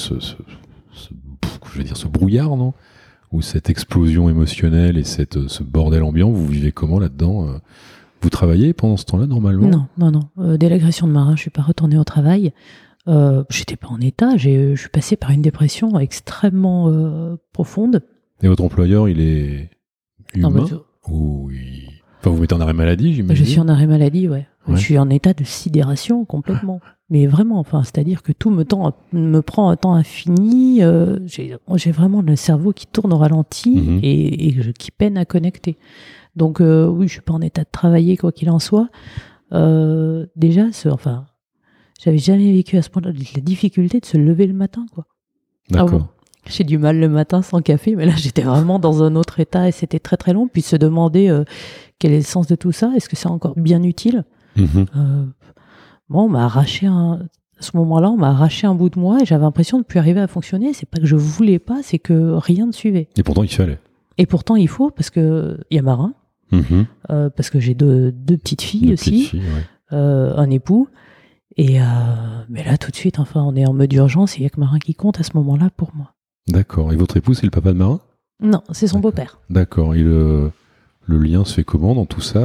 brouillard, non, ou cette explosion émotionnelle et ce bordel ambiant, vous vivez comment là-dedans? Vous travaillez pendant ce temps-là normalement? Non. Dès l'agression de Marin, je suis pas retournée au travail. J'étais pas en état. Je suis passée par une dépression extrêmement profonde. Et votre employeur, il est humain ou Enfin, vous mettez en arrêt maladie, j'imagine? Je suis en arrêt maladie, ouais. Je suis en état de sidération complètement. Mais vraiment, enfin, c'est-à-dire que tout me prend un temps infini. J'ai vraiment le cerveau qui tourne au ralenti et qui peine à connecter. Donc oui, je suis pas en état de travailler quoi qu'il en soit. Déjà, j'avais jamais vécu à ce point-là la difficulté de se lever le matin, quoi. D'accord. Ah bon, j'ai du mal le matin sans café, mais là j'étais vraiment dans un autre état et c'était très très long. Puis se demander quel est le sens de tout ça, est-ce que c'est encore bien utile? On m'a arraché à ce moment-là, on m'a arraché un bout de moi et j'avais l'impression de ne plus arriver à fonctionner. C'est pas que je voulais pas, c'est que rien ne suivait. Et pourtant il fallait. Et pourtant il faut, parce que il y a Marin, parce que j'ai deux petites filles aussi, petites filles, ouais. un époux. Et mais là, tout de suite, enfin, on est en mode urgence. Il n'y a que Marin qui compte à ce moment-là pour moi. D'accord. Et votre époux, c'est le papa de Marin ? Non, c'est son beau-père. D'accord. Et le lien se fait comment dans tout ça ?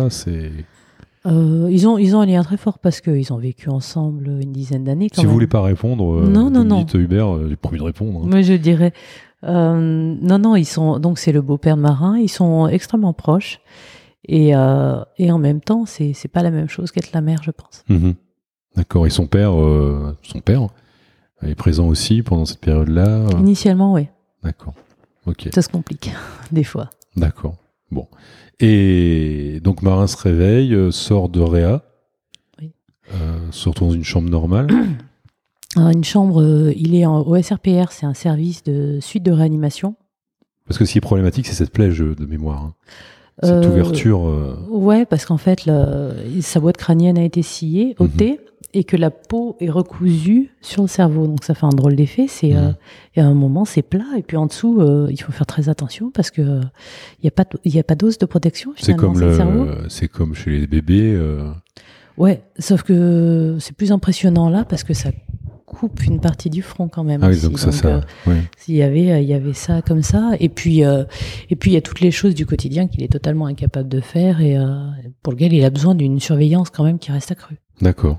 Ils ont un lien très fort parce qu'ils ont vécu ensemble une dizaine d'années. Si vous voulez pas répondre, non. dites Hubert, j'ai pas envie de répondre. Hein. Moi, je dirais non. Ils sont donc c'est le beau-père de Marin. Ils sont extrêmement proches et en même temps, c'est pas la même chose qu'être la mère, je pense. D'accord. Et son père est présent aussi pendant cette période-là. Initialement, oui. D'accord. Ok. Ça se complique des fois. D'accord. Bon. Et donc Marin se réveille, sort de réa, se retrouve dans une chambre normale. Alors, une chambre, il est au SRPR, c'est un service de suite de réanimation. Parce que ce qui est problématique, c'est cette plège de mémoire. Hein. Cette ouverture. Ouais, parce qu'en fait, sa boîte crânienne a été sciée, ôtée, et que la peau est recousue sur le cerveau. Donc ça fait un drôle d'effet. Et à un moment, c'est plat, et puis en dessous, il faut faire très attention parce que il y a pas d'os de protection. C'est finalement, comme le cerveau. C'est comme chez les bébés. Ouais, sauf que c'est plus impressionnant là parce que ça coupe une partie du front quand même. Ah oui, aussi. donc ça. Ouais. Il y avait ça comme ça, et puis il y a toutes les choses du quotidien qu'il est totalement incapable de faire et pour lequel il a besoin d'une surveillance quand même qui reste accrue. D'accord.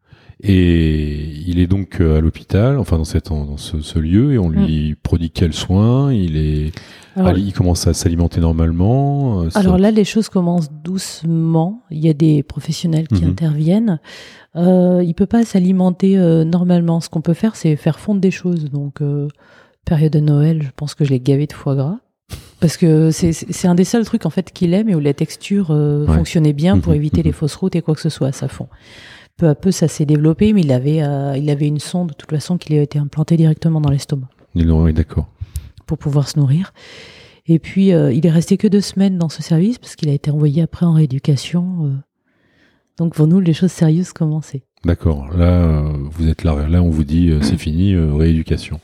Et il est donc à l'hôpital, enfin dans ce lieu, et on lui prodigue quels soins. Il commence à s'alimenter normalement. Alors là, les choses commencent doucement. Il y a des professionnels qui interviennent. Il peut pas s'alimenter normalement. Ce qu'on peut faire, c'est faire fondre des choses. Donc, période de Noël, je pense que je l'ai gavé de foie gras. Parce que c'est un des seuls trucs en fait qu'il aime et où la texture fonctionnait bien pour éviter les fausses routes et quoi que ce soit à sa fond. Peu à peu, ça s'est développé, mais il avait une sonde de toute façon qui lui a été implantée directement dans l'estomac. Oui, d'accord. Pour pouvoir se nourrir. Et puis, il est resté que 2 semaines dans ce service parce qu'il a été envoyé après en rééducation. Donc pour nous, les choses sérieuses commençaient. D'accord. Là, vous êtes là. Là, on vous dit c'est fini, rééducation.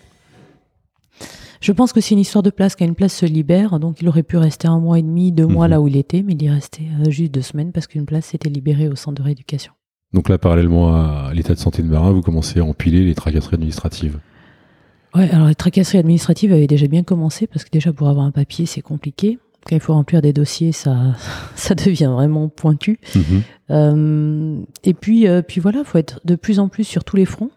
Je pense que c'est une histoire de place. Quand une place se libère, donc il aurait pu rester 1 mois et demi, 2 mois là où il était, mais il est resté juste 2 semaines parce qu'une place s'était libérée au centre de rééducation. Donc là, parallèlement à l'état de santé de Marin, vous commencez à empiler les tracasseries administratives. Ouais, alors les tracasseries administratives avaient déjà bien commencé parce que déjà pour avoir un papier, c'est compliqué. Quand il faut remplir des dossiers, ça devient vraiment pointu. Et puis voilà, il faut être de plus en plus sur tous les fronts.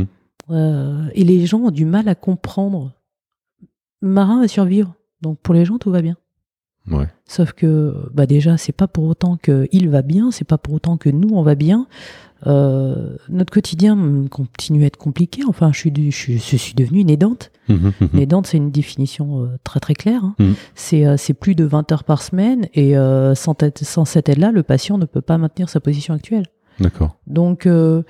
Et les gens ont du mal à comprendre. Marin va survivre, donc pour les gens, tout va bien. Ouais. Sauf que déjà, c'est pas pour autant qu'il va bien, c'est pas pour autant que nous, on va bien. Notre quotidien continue à être compliqué. Enfin, je suis devenue une aidante. Une aidante, c'est une définition très très claire. Hein. C'est plus de 20 heures par semaine et sans cette aide-là, le patient ne peut pas maintenir sa position actuelle. D'accord. Donc,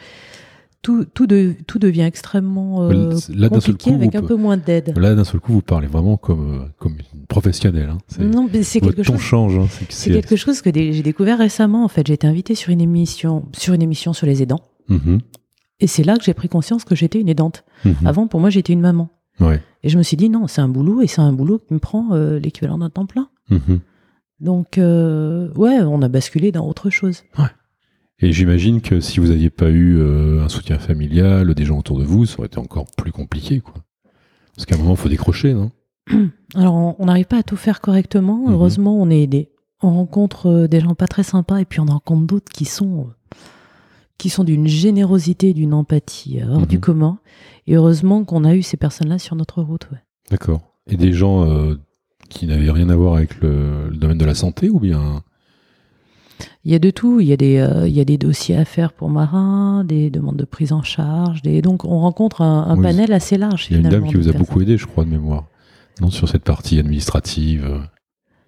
tout devient extrêmement compliqué avec un peu moins d'aide. Là, d'un seul coup, vous parlez vraiment comme une professionnelle. Hein. Non, mais c'est quelque chose. Ton change. Hein. C'est quelque chose que j'ai découvert récemment. En fait, j'ai été invitée sur une émission sur les aidants. Et c'est là que j'ai pris conscience que j'étais une aidante. Avant, pour moi, j'étais une maman. Ouais. Et je me suis dit non, c'est un boulot et c'est un boulot qui me prend l'équivalent d'un temps plein. Donc, on a basculé dans autre chose. Ouais. Et j'imagine que si vous n'aviez pas eu un soutien familial, des gens autour de vous, ça aurait été encore plus compliqué, quoi. Parce qu'à un moment, il faut décrocher, non ? Alors, on n'arrive pas à tout faire correctement. Heureusement, on est aidé. On rencontre des gens pas très sympas et puis on en rencontre d'autres qui sont d'une générosité, d'une empathie hors du commun. Et heureusement qu'on a eu ces personnes-là sur notre route. Ouais. D'accord. Et des gens qui n'avaient rien à voir avec le domaine de la santé ou bien... Il y a de tout. Il y a des dossiers à faire pour Marin, des demandes de prise en charge. Donc, on rencontre un panel assez large. Il y a une dame qui vous a beaucoup aidé, je crois, de mémoire. Non, sur cette partie administrative. Non ?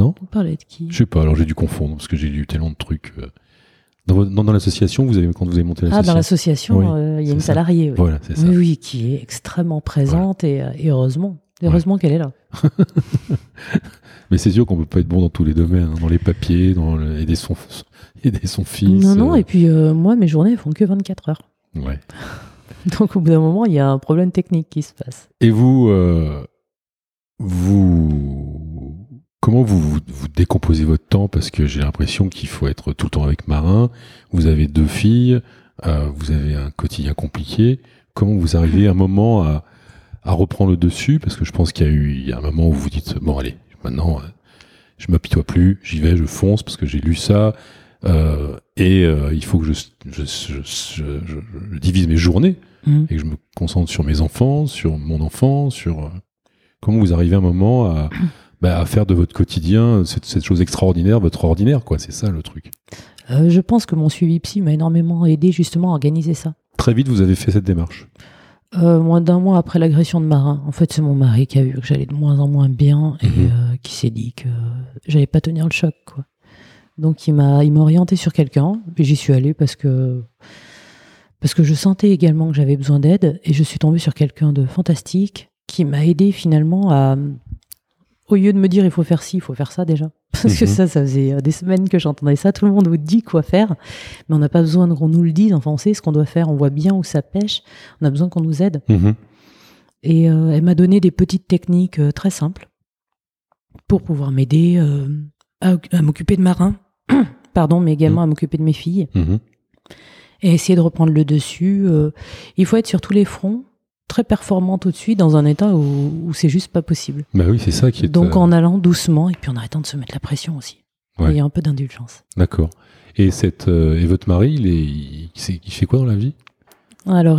Vous parlez de qui ? Je sais pas, alors j'ai dû confondre, parce que j'ai lu tellement de trucs. Dans l'association, quand vous avez monté l'association. Dans l'association, il y a une salariée. Oui. Voilà, c'est ça. Oui, qui est extrêmement présente et heureusement. Heureusement qu'elle est là. Mais c'est sûr qu'on peut pas être bon dans tous les domaines, dans les papiers, aider son fils. Non, et puis moi, mes journées, elles font que 24 heures. Ouais. Donc au bout d'un moment, il y a un problème technique qui se passe. Et vous, Comment vous décomposez votre temps? Parce que j'ai l'impression qu'il faut être tout le temps avec Marin. Vous avez 2 filles, vous avez un quotidien compliqué. Comment vous arrivez à un moment à reprendre le dessus? Parce que je pense qu'il y a un moment où vous dites, bon allez, maintenant, je m'apitoie plus, j'y vais, je fonce parce que j'ai lu ça. Il faut que je divise mes journées et que je me concentre sur mes enfants, sur mon enfant, sur... Comment vous arrivez à un moment à faire de votre quotidien cette chose extraordinaire, votre ordinaire, quoi. C'est ça le truc. Je pense que mon suivi psy m'a énormément aidé justement à organiser ça. Très vite, vous avez fait cette démarche. Moins d'1 mois après l'agression de Marin. En fait, c'est mon mari qui a vu que j'allais de moins en moins bien et qui s'est dit que j'allais pas tenir le choc, quoi. Donc il m'a orienté sur quelqu'un, et j'y suis allée parce que je sentais également que j'avais besoin d'aide, et je suis tombée sur quelqu'un de fantastique qui m'a aidé finalement à, au lieu de me dire il faut faire ci, il faut faire ça déjà, parce que ça faisait des semaines que j'entendais ça, tout le monde vous dit quoi faire, mais on n'a pas besoin qu'on nous le dise, enfin on sait ce qu'on doit faire, on voit bien où ça pêche, on a besoin qu'on nous aide. Et elle m'a donné des petites techniques très simples pour pouvoir m'aider à m'occuper de Marin, pardon, mais également à m'occuper de mes filles et essayer de reprendre le dessus. Il faut être sur tous les fronts, très performant tout de suite, dans un état où c'est juste pas possible. Bah oui, c'est ça qui est... Donc en allant doucement et puis en arrêtant de se mettre la pression aussi. Ouais. Il y a un peu d'indulgence. D'accord. Et votre mari, il fait quoi dans la vie? Alors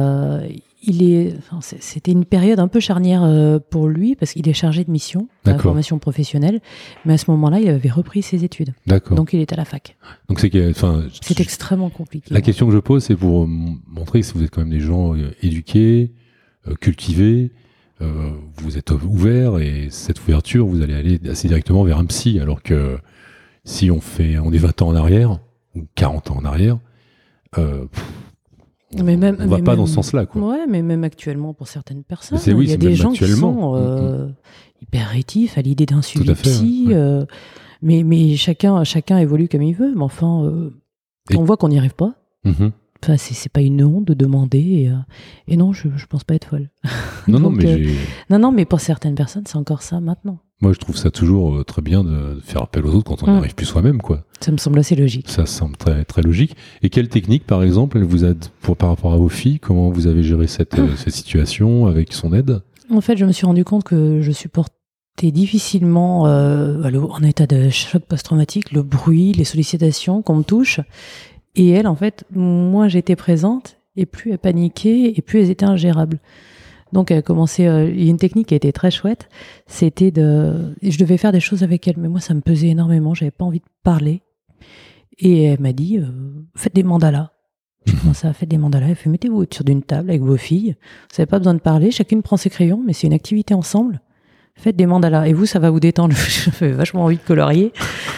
c'était une période un peu charnière pour lui parce qu'il est chargé de mission, de la formation professionnelle, mais à ce moment-là, il avait repris ses études. D'accord. Donc il est à la fac. Donc c'est extrêmement compliqué. La question que je pose, c'est pour montrer que vous êtes quand même des gens éduqués, cultivés, vous êtes ouverts, et cette ouverture, vous allez aller assez directement vers un psy, alors que si on est 20 ans en arrière, ou 40 ans en arrière, on va pas dans ce sens-là, quoi. Ouais, mais même actuellement pour certaines personnes, il y a des gens qui sont hyper rétifs à l'idée d'un suivi psy. Mais chacun évolue comme il veut. Mais enfin, on voit qu'on n'y arrive pas. Enfin, c'est pas une honte de demander. Et non, je pense pas être folle. Non, mais pour certaines personnes, c'est encore ça maintenant. Moi, je trouve ça toujours très bien de faire appel aux autres quand on n'y arrive plus soi-même, quoi. Ça me semble assez logique. Ça semble très, très logique. Et quelle technique, par exemple, elle vous aide par rapport à vos filles? Comment vous avez géré cette situation avec son aide? En fait, je me suis rendu compte que je supportais difficilement, en état de choc post-traumatique, le bruit, les sollicitations qu'on me touche. Et elle, en fait, moins j'étais présente, et plus elle paniquait, et plus elles étaient ingérables. Donc, elle a commencé. Il y a une technique qui était très chouette. C'était je devais faire des choses avec elle, mais moi, ça me pesait énormément. J'avais pas envie de parler. Et elle m'a dit, faites des mandalas. J'ai commencé à faire des mandalas. Elle fait, mettez-vous autour d'une table avec vos filles. Vous n'avez pas besoin de parler. Chacune prend ses crayons, mais c'est une activité ensemble. Faites des mandalas. Et vous, ça va vous détendre. J'avais vachement envie de colorier.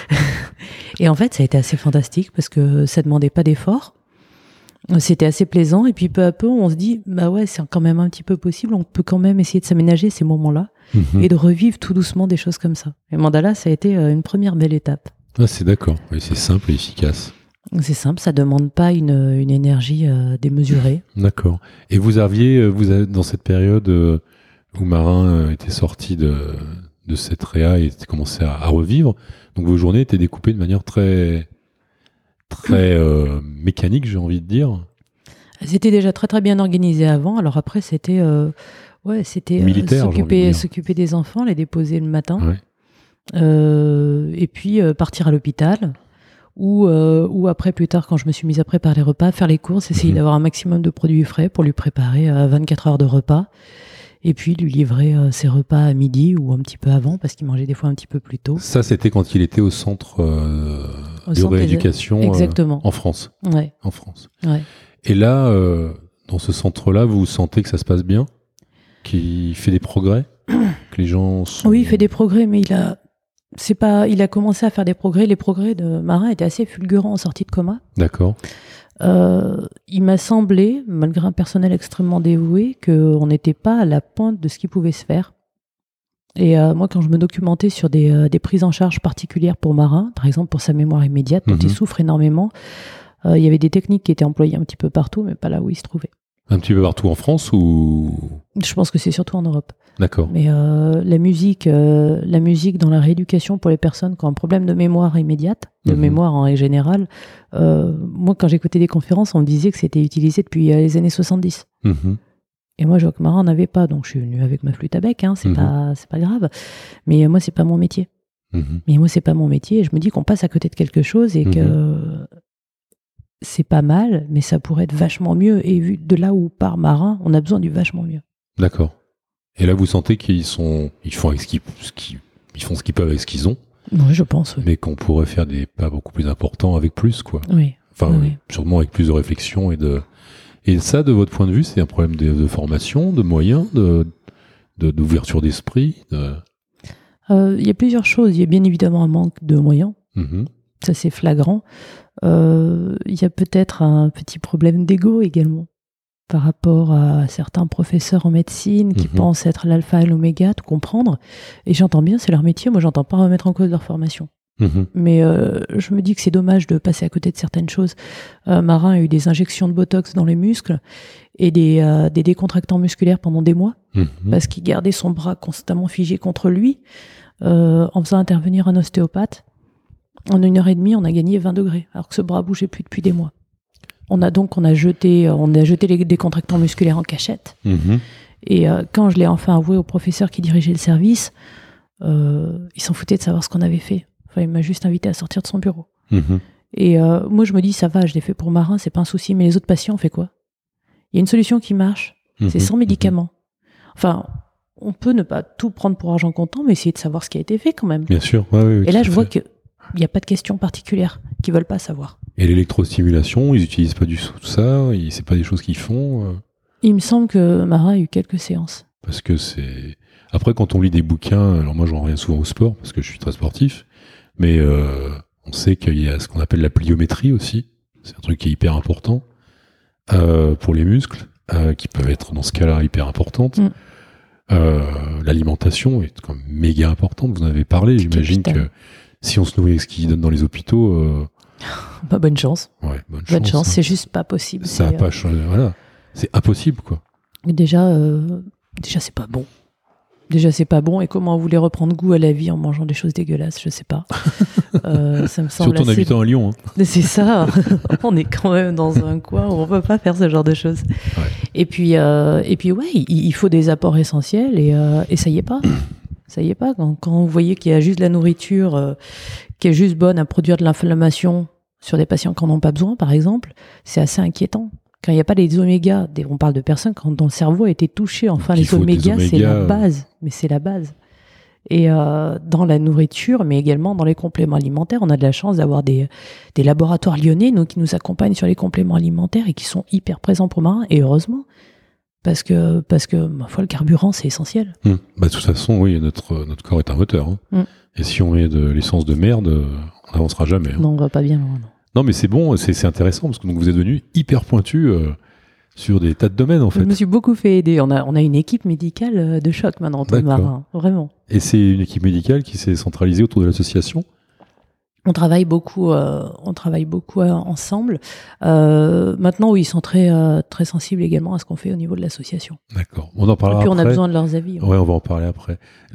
Et en fait, ça a été assez fantastique parce que ça demandait pas d'effort. C'était assez plaisant, et puis peu à peu on se dit bah ouais, c'est quand même un petit peu possible, on peut quand même essayer de s'aménager ces moments-là et de revivre tout doucement des choses comme ça. Et mandala, ça a été une première belle étape. Ah, c'est d'accord, oui, c'est simple et efficace. C'est simple, ça demande pas une énergie démesurée. D'accord. Et vous aviez dans cette période où Marin était sorti de cette réa et était commencé à revivre, donc vos journées étaient découpées de manière très mécanique, j'ai envie de dire. C'était déjà très très bien organisé avant. Alors après, c'était militaire, s'occuper des enfants, les déposer le matin, et puis partir à l'hôpital, ou après, plus tard, quand je me suis mise à préparer les repas, faire les courses, essayer d'avoir un maximum de produits frais pour lui préparer 24 heures de repas, et puis lui livrer ses repas à midi ou un petit peu avant, parce qu'il mangeait des fois un petit peu plus tôt. Ça, c'était quand il était au centre de rééducation en France. Ouais. En France. Ouais. Et là, dans ce centre-là, vous sentez que ça se passe bien? Qu'il fait des progrès? Que les gens sont... Oui, il fait des progrès, mais il a commencé à faire des progrès. Les progrès de Marin étaient assez fulgurants en sortie de coma. D'accord. Il m'a semblé, malgré un personnel extrêmement dévoué, qu'on n'était pas à la pointe de ce qui pouvait se faire. Et moi, quand je me documentais sur des prises en charge particulières pour Marin, par exemple pour sa mémoire immédiate, dont il souffre énormément, il y avait des techniques qui étaient employées un petit peu partout, mais pas là où il se trouvait. Un petit peu partout en France ou... Je pense que c'est surtout en Europe. D'accord. Mais la musique dans la rééducation pour les personnes qui ont un problème de mémoire immédiate, de mémoire en règle générale, moi, quand j'écoutais des conférences, on me disait que c'était utilisé depuis les années 70. Et moi, Jacques Marin n'en avait pas, donc je suis venue avec ma flûte à bec, hein, c'est pas grave. Mais moi, c'est pas mon métier. Mais moi, c'est pas mon métier, et je me dis qu'on passe à côté de quelque chose et que c'est pas mal, mais ça pourrait être vachement mieux. Et vu de là où part Marin, on a besoin du vachement mieux. D'accord. Et là, vous sentez ils font ce qu'ils peuvent avec ce qu'ils ont. Oui, je pense. Oui. Mais qu'on pourrait faire des pas beaucoup plus importants avec plus, quoi. Oui. Enfin, oui. Sûrement avec plus de réflexion et ça, de votre point de vue, c'est un problème de formation, de moyens, d'ouverture d'esprit. Il y a plusieurs choses. Il y a bien évidemment un manque de moyens. Ça, c'est flagrant. Il y a peut-être un petit problème d'ego également par rapport à certains professeurs en médecine qui pensent être l'alpha et l'oméga, tout comprendre. Et j'entends bien, c'est leur métier. Moi, j'entends pas remettre en cause leur formation. Mais je me dis que c'est dommage de passer à côté de certaines choses. Marin a eu des injections de botox dans les muscles et des décontractants musculaires pendant des mois parce qu'il gardait son bras constamment figé contre lui. En faisant intervenir un ostéopathe, en 1h30, on a gagné 20 degrés, alors que ce bras bougeait plus depuis des mois. On a jeté les décontractants musculaires en cachette. Et quand je l'ai enfin avoué au professeur qui dirigeait le service, il s'en foutait de savoir ce qu'on avait fait. Enfin, il m'a juste invité à sortir de son bureau. Et moi, je me dis, ça va, je l'ai fait pour Marin, c'est pas un souci. Mais les autres patients, on fait quoi? Il y a une solution qui marche, c'est sans médicaments. Enfin, on peut ne pas tout prendre pour argent comptant, mais essayer de savoir ce qui a été fait quand même. Bien sûr. Oui, et là, je vois qu'il n'y a pas de questions particulières qu'ils veulent pas savoir. Et l'électrostimulation, ils n'utilisent pas du tout ça? C'est pas des choses qu'ils font? Il me semble que Marin a eu quelques séances. Parce que c'est... Après, quand on lit des bouquins, alors moi, j'en reviens souvent au sport, parce que je suis très sportif, mais on sait qu'il y a ce qu'on appelle la pliométrie aussi. C'est un truc qui est hyper important pour les muscles, qui peuvent être, dans ce cas-là, hyper importantes. L'alimentation est quand même méga importante, vous en avez parlé. J'imagine que si on se nourrit avec ce qu'ils donnent dans les hôpitaux... bonne chance. Ouais, bonne chance. C'est juste pas possible. Ça a pas changé, voilà. C'est impossible, quoi. Déjà, c'est pas bon. C'est pas bon. Et comment on voulait reprendre goût à la vie en mangeant des choses dégueulasses, je sais pas. Ça me semble surtout en habitant à Lyon. Hein. C'est ça. On est quand même dans un coin où on peut pas faire ce genre de choses. Ouais. Et puis ouais, il faut des apports essentiels et ça y est pas. Ça y est pas. Quand vous voyez qu'il y a juste de la nourriture qui est juste bonne à produire de l'inflammation sur des patients qui n'en ont pas besoin, par exemple, c'est assez inquiétant. Quand il n'y a pas les omégas, on parle de personnes dont le cerveau a été touché. Enfin, les omégas, c'est la base. Mais c'est la base. Et dans la nourriture, mais également dans les compléments alimentaires, on a de la chance d'avoir des laboratoires lyonnais qui nous accompagnent sur les compléments alimentaires et qui sont hyper présents pour Marin. Et heureusement, parce que ma foi, le carburant, c'est essentiel. De toute façon, oui, notre corps est un moteur. Hein. Et si on met de l'essence de merde, on n'avancera jamais. Hein. Non, on va pas bien loin. Non, mais c'est bon, c'est intéressant parce que donc vous êtes devenu hyper pointu sur des tas de domaines, en fait. Je me suis beaucoup fait aider. On a une équipe médicale de choc maintenant, Antoine Marin, vraiment. Et c'est une équipe médicale qui s'est centralisée autour de l'association? On travaille beaucoup ensemble. Maintenant, oui, ils sont très sensibles également à ce qu'on fait au niveau de l'association. D'accord. On en parlera après. Et puis, on a besoin de leurs avis. Ouais, on va en parler après.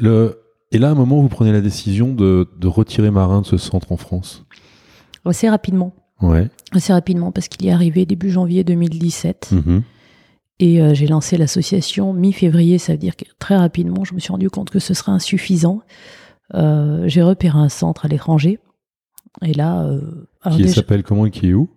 Et là, à un moment, vous prenez la décision de retirer Marin de ce centre en France? Assez rapidement. Ouais. Assez rapidement, parce qu'il est arrivé début janvier 2017. Et j'ai lancé l'association mi-février. Ça veut dire que très rapidement, je me suis rendu compte que ce serait insuffisant. J'ai repéré un centre à l'étranger. Et là, s'appelle comment et qui est où?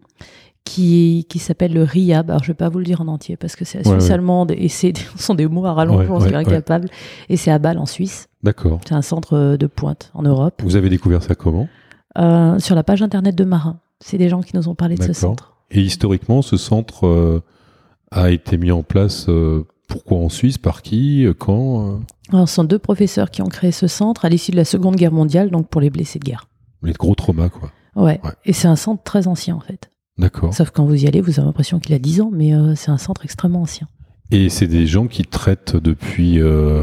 Qui s'appelle le RIAB. Alors, je ne vais pas vous le dire en entier parce que c'est la Suisse allemande et ce sont des mots à rallonge, j'en suis incapable. Et c'est à Bâle en Suisse. D'accord. C'est un centre de pointe en Europe. Vous avez découvert ça comment? Sur la page internet de Marin. C'est des gens qui nous ont parlé de ce centre. Et historiquement, ce centre a été mis en place pourquoi en Suisse? Par qui? Quand? Alors, ce sont 2 professeurs qui ont créé ce centre à l'issue de la Seconde Guerre mondiale, donc pour les blessés de guerre. Les gros traumas, quoi. Ouais. Et c'est un centre très ancien, en fait. D'accord. Sauf quand vous y allez, vous avez l'impression qu'il a 10 ans, mais c'est un centre extrêmement ancien. Et c'est des gens qui traitent depuis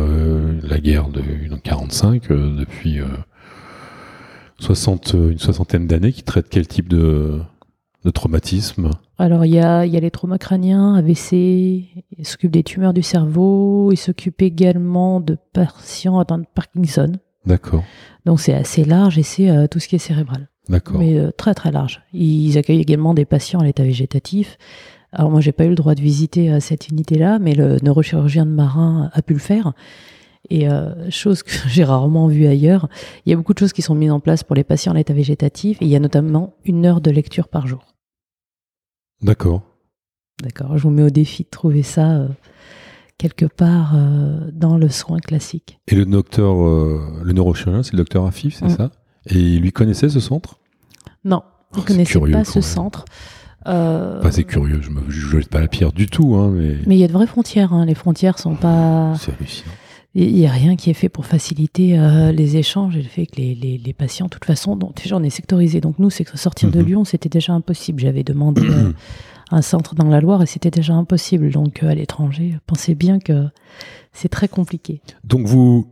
la guerre de 1945, depuis une soixantaine d'années, qui traitent quel type de traumatisme? Alors, il y a les traumas crâniens, AVC, il s'occupe des tumeurs du cerveau, il s'occupe également de patients atteints de Parkinson. D'accord. Donc, c'est assez large et c'est tout ce qui est cérébral. D'accord. Mais très, très large. Ils accueillent également des patients à l'état végétatif. Alors, moi, j'ai pas eu le droit de visiter cette unité-là, mais le neurochirurgien de Marin a pu le faire. Et chose que j'ai rarement vue ailleurs, il y a beaucoup de choses qui sont mises en place pour les patients à l'état végétatif. Et il y a notamment 1 heure de lecture par jour. D'accord. D'accord, je vous mets au défi de trouver ça quelque part dans le soin classique. Et le docteur, le neurochirurgien, c'est le docteur Afif, c'est ça? Et il lui connaissait ce centre? Non, il ne connaissait pas ce centre. Enfin, c'est curieux, je ne jette pas la pierre du tout. Hein, mais il y a de vraies frontières, hein. Les frontières sont pas... C'est hallucinant. Il n'y a rien qui est fait pour faciliter les échanges et le fait que les patients, de toute façon, déjà on est sectorisé. Donc nous, c'est que sortir de Lyon, c'était déjà impossible. J'avais demandé un centre dans la Loire et c'était déjà impossible. Donc à l'étranger, pensez bien que c'est très compliqué. Donc vous,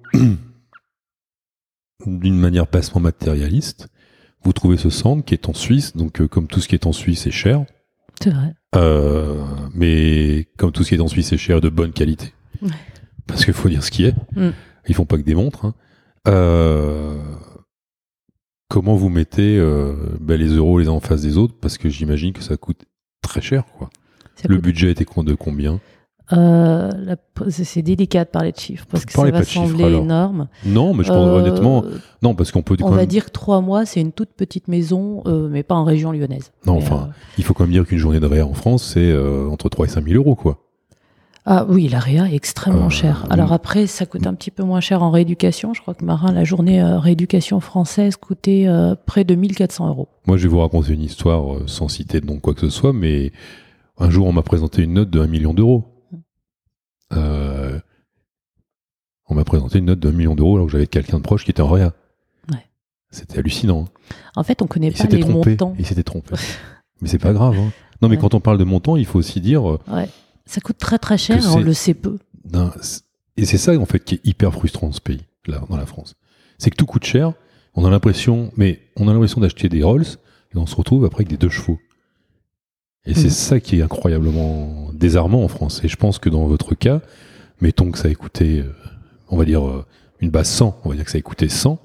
d'une manière passement matérialiste, vous trouvez ce centre qui est en Suisse. Donc comme tout ce qui est en Suisse, c'est cher. C'est vrai. Mais comme tout ce qui est en Suisse, c'est cher, de bonne qualité. Ouais. Parce qu'il faut dire ce qui est. Ils font pas que des montres. Hein. Comment vous mettez les euros les uns en face des autres? Parce que j'imagine que ça coûte très cher, quoi. Le budget était de combien? C'est délicat de parler de chiffres parce que ça va sembler énorme. Non, mais je pense honnêtement, non, parce qu'on peut. On va dire que 3 mois, c'est une toute petite maison, mais pas en région lyonnaise. Non, il faut quand même dire qu'une journée de réa en France, c'est entre 3 et 5 000 euros, quoi. Ah oui, la réa est extrêmement chère. Alors après, ça coûte un petit peu moins cher en rééducation. Je crois que Marin, la journée rééducation française coûtait près de 1 400 euros. Moi, je vais vous raconter une histoire sans citer de nom quoi que ce soit, mais un jour, on m'a présenté une note de 1 million d'euros. On m'a présenté une note de 1 million d'euros alors que j'avais quelqu'un de proche qui était en réa. Ouais. C'était hallucinant. En fait, on connaît pas les montants. Il s'était trompé. Mais c'est pas grave. Hein. Non, mais quand on parle de montant, il faut aussi dire... Ouais. Ça coûte très très cher et on le sait peu. Et c'est ça en fait qui est hyper frustrant dans ce pays, là, dans la France. C'est que tout coûte cher, on a l'impression d'acheter des Rolls et on se retrouve après avec des 2 chevaux. Et c'est ça qui est incroyablement désarmant en France. Et je pense que dans votre cas, mettons que ça a coûté, on va dire, une base 100, on va dire que ça a coûté 100,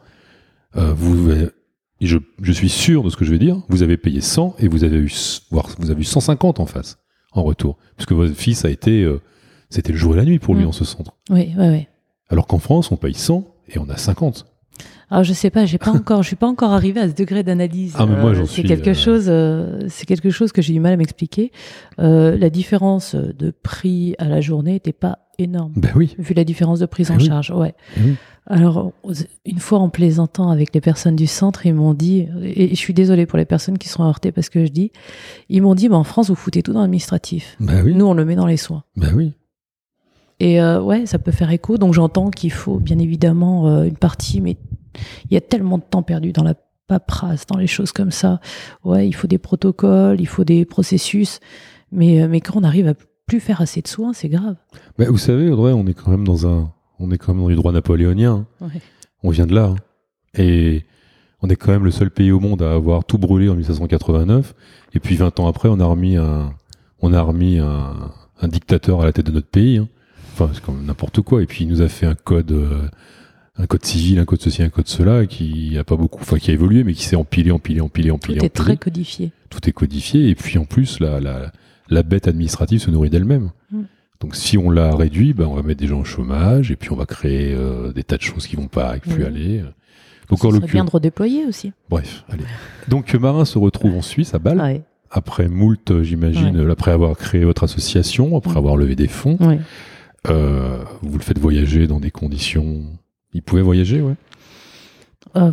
je suis sûr de ce que je vais dire, vous avez payé 100 et vous avez eu 150 en face. En retour. Puisque votre fils a été... c'était le jour et la nuit pour lui en ce centre. Oui. Alors qu'en France, on paye 100 et on a 50. Alors je sais pas, je suis pas encore arrivé à ce degré d'analyse. Ah, mais moi, j'en suis... C'est quelque chose que j'ai du mal à m'expliquer. La différence de prix à la journée n'était pas énorme. Ben oui. Vu la différence de prise en charge. Ouais. Oui. Alors, une fois en plaisantant avec les personnes du centre, ils m'ont dit, et je suis désolée pour les personnes qui seront heurtées parce que je dis, ils m'ont dit, en France, vous foutez tout dans l'administratif. Ben oui. Nous, on le met dans les soins. Ben oui. Et ouais, ça peut faire écho. Donc, j'entends qu'il faut bien évidemment une partie, mais il y a tellement de temps perdu dans la paperasse, dans les choses comme ça. Ouais, il faut des protocoles, il faut des processus. Mais quand on arrive à plus faire assez de soins, c'est grave. Ben, vous savez, Audrey, on est quand même dans du droit napoléonien. Hein. Ouais. On vient de là. Hein. Et on est quand même le seul pays au monde à avoir tout brûlé en 1789. Et puis 20 ans après, on a remis un dictateur à la tête de notre pays. Hein. Enfin, c'est comme n'importe quoi. Et puis il nous a fait un code civil, un code ceci, un code cela, qui a pas beaucoup, enfin qui a évolué, mais qui s'est empilé. Tout est très codifié. Tout est codifié. Et puis en plus, la bête administrative se nourrit d'elle-même. Donc si on l'a réduit, on va mettre des gens au chômage et puis on va créer des tas de choses qui vont pas plus aller. Donc ça serait bien de redéployer aussi. Bref, allez. Donc Marin se retrouve en Suisse, à Bâle, après moult, j'imagine, après avoir créé votre association, après avoir levé des fonds. Ouais. Vous le faites voyager dans des conditions... Il pouvait voyager, ouais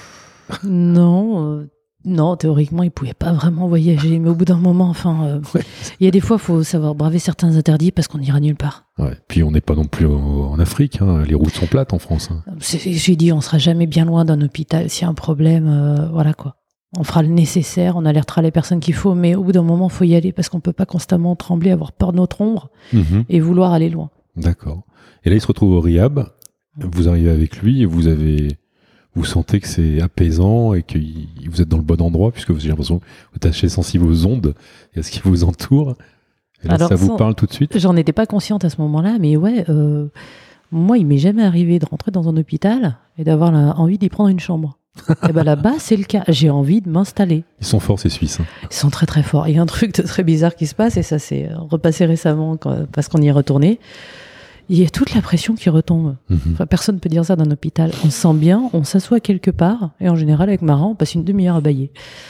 Non, théoriquement, il pouvait pas vraiment voyager, mais au bout d'un moment, il y a des fois, il faut savoir braver certains interdits parce qu'on n'ira nulle part. Ouais. Puis on n'est pas non plus en Afrique, hein. Les routes sont plates en France. Hein. J'ai dit, on sera jamais bien loin d'un hôpital. S'il y a un problème, voilà quoi. On fera le nécessaire, on alertera les personnes qu'il faut, mais au bout d'un moment, il faut y aller parce qu'on peut pas constamment trembler, avoir peur de notre ombre et vouloir aller loin. D'accord. Et là, il se retrouve au rehab. Vous arrivez avec lui et vous vous sentez que c'est apaisant et que vous êtes dans le bon endroit, puisque j'ai l'impression que vous êtes assez sensible aux ondes et à ce qui vous entoure. Et là, ça vous parle tout de suite? J'en étais pas consciente à ce moment-là, mais ouais, moi, il m'est jamais arrivé de rentrer dans un hôpital et d'avoir envie d'y prendre une chambre. Et ben là-bas, c'est le cas. J'ai envie de m'installer. Ils sont forts, ces Suisses. Hein. Ils sont très très forts. Il y a un truc de très bizarre qui se passe, et ça s'est repassé récemment parce qu'on y est retourné. Il y a toute la pression qui retombe. Enfin, personne ne peut dire ça d'un hôpital. On se sent bien, on s'assoit quelque part, et en général, avec Marin, on passe une demi-heure à bâiller.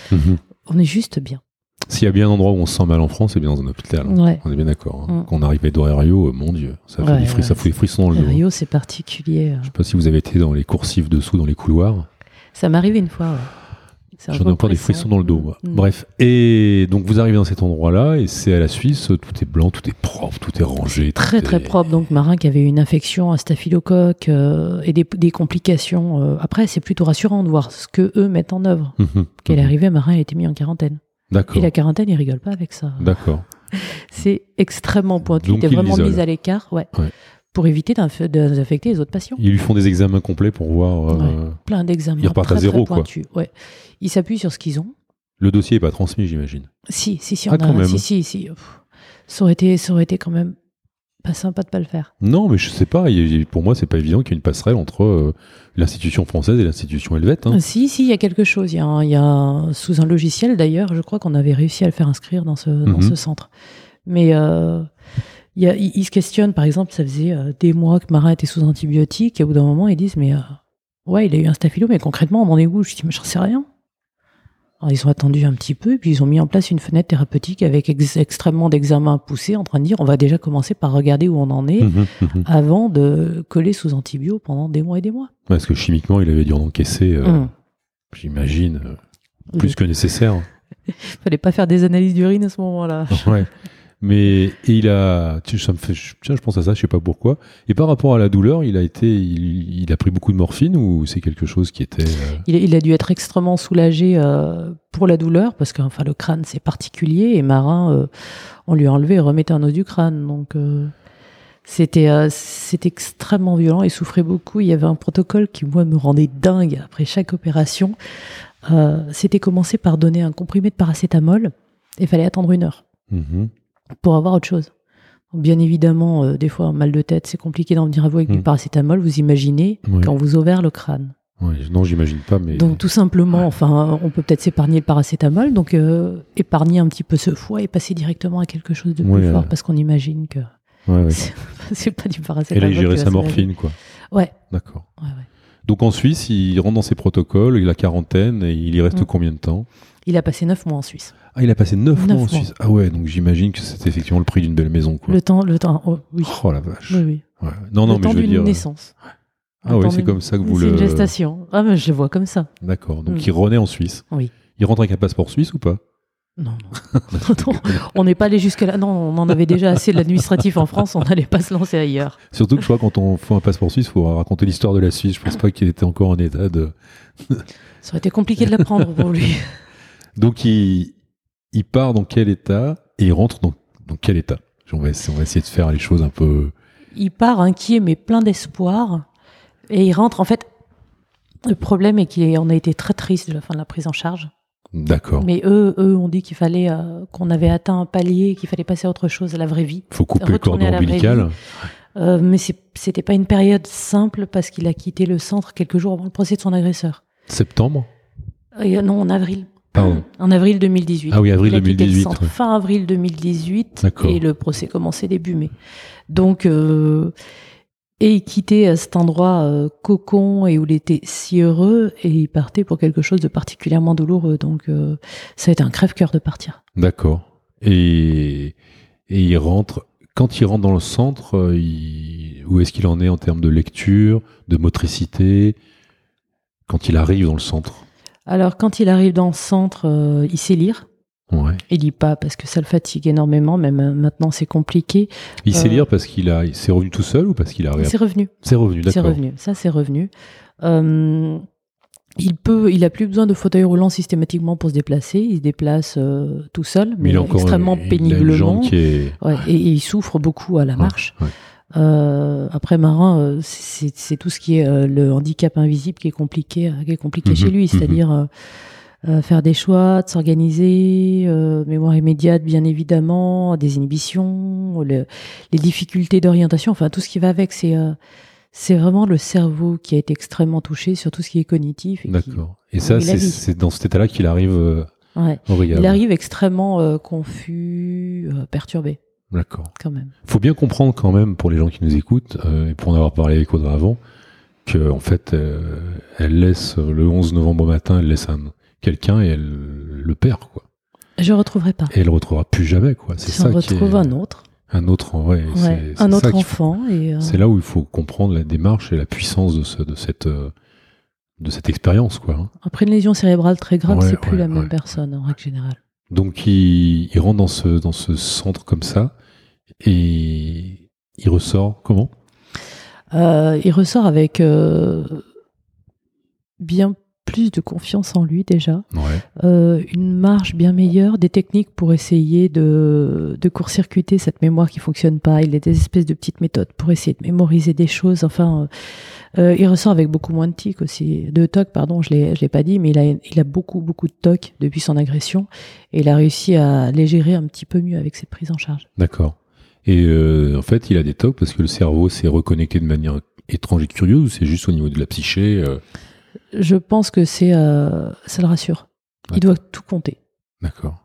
On est juste bien. S'il y a bien un endroit où on se sent mal en France, c'est bien dans un hôpital. Ouais. On est bien d'accord. Hein. Quand on arrive à Eduardo Herriot, mon Dieu, ça fait des frissons dans le dos. Herriot, c'est particulier. Je sais pas si vous avez été dans les coursives dessous, dans les couloirs. Ça m'est arrivé une fois, ouais. J'en ai encore des frissons dans le dos. Moi. Bref. Et donc, vous arrivez dans cet endroit-là, et c'est à la Suisse, tout est blanc, tout est propre, tout est rangé. Très propre. Donc, Marin qui avait une infection à staphylocoque et des complications. Après, c'est plutôt rassurant de voir ce que eux mettent en œuvre. Qu'elle est arrivée, Marin a été mis en quarantaine. D'accord. Et la quarantaine, ils rigolent pas avec ça. D'accord. C'est extrêmement pointu. T'es vraiment mis à l'écart, ouais. Pour éviter d'infecter les autres patients. Ils lui font des examens complets pour voir... plein d'examens. Ils repartent à zéro, quoi. Ouais. Ils s'appuient sur ce qu'ils ont. Le dossier n'est pas transmis, j'imagine. Si, quand même. Si. Ça aurait été quand même pas sympa de pas le faire. Non, mais je sais pas. Pour moi, c'est pas évident qu'il y ait une passerelle entre l'institution française et l'institution helvète. Hein. Si, il y a quelque chose. Il y a sous un logiciel, d'ailleurs, je crois qu'on avait réussi à le faire inscrire dans ce centre. Mais... il se questionne, par exemple, ça faisait des mois que Marin était sous antibiotiques, et au bout d'un moment, ils disent, mais ouais, il a eu un staphylo, mais concrètement, on en est où? Je dis, mais j'en sais rien. Alors, ils ont attendu un petit peu, et puis ils ont mis en place une fenêtre thérapeutique avec extrêmement d'examens poussés, en train de dire, on va déjà commencer par regarder où on en est, avant de coller sous antibio pendant des mois et des mois. Parce que chimiquement, il avait dû en encaisser, j'imagine, plus que nécessaire. Fallait pas faire des analyses d'urine à ce moment-là. Ouais. Mais je pense à ça, je sais pas pourquoi. Et par rapport à la douleur, il a pris beaucoup de morphine, ou c'est quelque chose qui était... Il a dû être extrêmement soulagé pour la douleur, parce que le crâne c'est particulier, et Marin, on lui a enlevé et remettait un os du crâne, donc c'était extrêmement violent. Il souffrait beaucoup. Il y avait un protocole qui moi me rendait dingue après chaque opération. C'était commencer par donner un comprimé de paracétamol, et il fallait attendre 1 heure. Pour avoir autre chose. Bien évidemment, des fois, un mal de tête, c'est compliqué d'en venir à vous avec du paracétamol. Vous imaginez quand vous ouvert le crâne. Non, j'imagine pas. Mais... Donc, tout simplement, on peut peut-être s'épargner le paracétamol, donc épargner un petit peu ce foie et passer directement à quelque chose de plus fort, parce qu'on imagine que c'est pas du paracétamol. Elle a géré sa morphine, quoi. Ouais. D'accord. Donc, en Suisse, il rentre dans ses protocoles, il a quarantaine, et il y reste combien de temps? Il a passé 9 mois en Suisse. Ah, il a passé 9 mois en Suisse. Ah ouais, donc j'imagine que c'était effectivement le prix d'une belle maison, quoi. Le temps, oui. Oh la vache. Oui. Ouais. Non, mais je veux dire... naissance. Ah ouais, c'est comme ça que vous C'est une gestation. Ah, mais je le vois comme ça. D'accord. Donc il renaît en Suisse. Oui. Il rentre avec un passeport suisse ou pas? Non. On n'est pas allé jusqu'à là. Non, on en avait déjà assez de l'administratif en France, on n'allait pas se lancer ailleurs. Surtout que je crois que quand on fait un passeport suisse, il faut raconter l'histoire de la Suisse. Je pense pas qu'il était encore en état de... Ça aurait été compliqué de l'apprendre pour lui. Donc il part dans quel état et il rentre dans quel état? On va essayer de faire les choses un peu... Il part inquiet mais plein d'espoir, et il rentre, en fait, le problème est qu'on a été très triste de la fin de la prise en charge. D'accord. Mais eux ont dit qu'il fallait qu'on avait atteint un palier, qu'il fallait passer à autre chose, à la vraie vie. Il faut couper le cordon ombilical. Mais c'était pas une période simple, parce qu'il a quitté le centre quelques jours avant le procès de son agresseur. Septembre? Non, en avril. Pardon. En avril 2018. Ah oui, avril il a 2018. quitté le centre fin avril 2018. D'accord. Et le procès commençait début mai. Donc, et il quittait cet endroit cocon, et où il était si heureux, et il partait pour quelque chose de particulièrement douloureux. Donc, ça a été un crève-cœur de partir. D'accord. Et il rentre... Quand il rentre dans le centre, où est-ce qu'il en est en termes de lecture, de motricité, quand il arrive dans le centre? Alors, quand il arrive dans le centre, il sait lire. Ouais. Il lit pas parce que ça le fatigue énormément, même maintenant c'est compliqué. Il sait lire parce qu'il s'est revenu tout seul, ou parce qu'il a... C'est revenu. C'est revenu, d'accord. C'est revenu, ça c'est revenu. Il a plus besoin de fauteuil roulant systématiquement pour se déplacer. Il se déplace tout seul, mais il a encore extrêmement péniblement. Il a une jambe qui est... Ouais, et il souffre beaucoup à la marche. Ouais. Après, Marin, c'est tout ce qui est le handicap invisible qui est compliqué chez lui, c'est-à-dire faire des choix, de s'organiser, mémoire immédiate bien évidemment, des inhibitions, les difficultés d'orientation, enfin tout ce qui va avec, c'est vraiment le cerveau qui a été extrêmement touché sur tout ce qui est cognitif. D'accord. Et ça, c'est dans cet état-là qu'il arrive au Riab. Il arrive extrêmement confus, perturbé. D'accord. Quand même. Faut bien comprendre quand même, pour les gens qui nous écoutent, et pour en avoir parlé avec Audrey avant, que en fait, elle laisse le 11 novembre matin, elle laisse quelqu'un et elle le perd, quoi. Je retrouverai pas. Et elle le retrouvera plus jamais, quoi. C'est ça qui retrouve un autre. Un autre, ouais. C'est un autre enfant. C'est là où il faut comprendre la démarche et la puissance de cette expérience, quoi. Après une lésion cérébrale très grave, c'est plus la même personne, en règle générale. Donc il rentre dans ce centre comme ça et il ressort comment ? Il ressort avec bien plus de confiance en lui déjà, une marge bien meilleure, des techniques pour essayer de court-circuiter cette mémoire qui fonctionne pas. Il a des espèces de petites méthodes pour essayer de mémoriser des choses. Enfin, il ressort avec beaucoup moins de tics aussi, de TOC, pardon, je l'ai pas dit, mais il a beaucoup de TOC depuis son agression et il a réussi à les gérer un petit peu mieux avec cette prise en charge. D'accord. Et en fait, il a des TOC parce que le cerveau s'est reconnecté de manière étrange et curieuse, ou c'est juste au niveau de la psyché Je pense que ça le rassure. D'accord. Il doit tout compter. D'accord.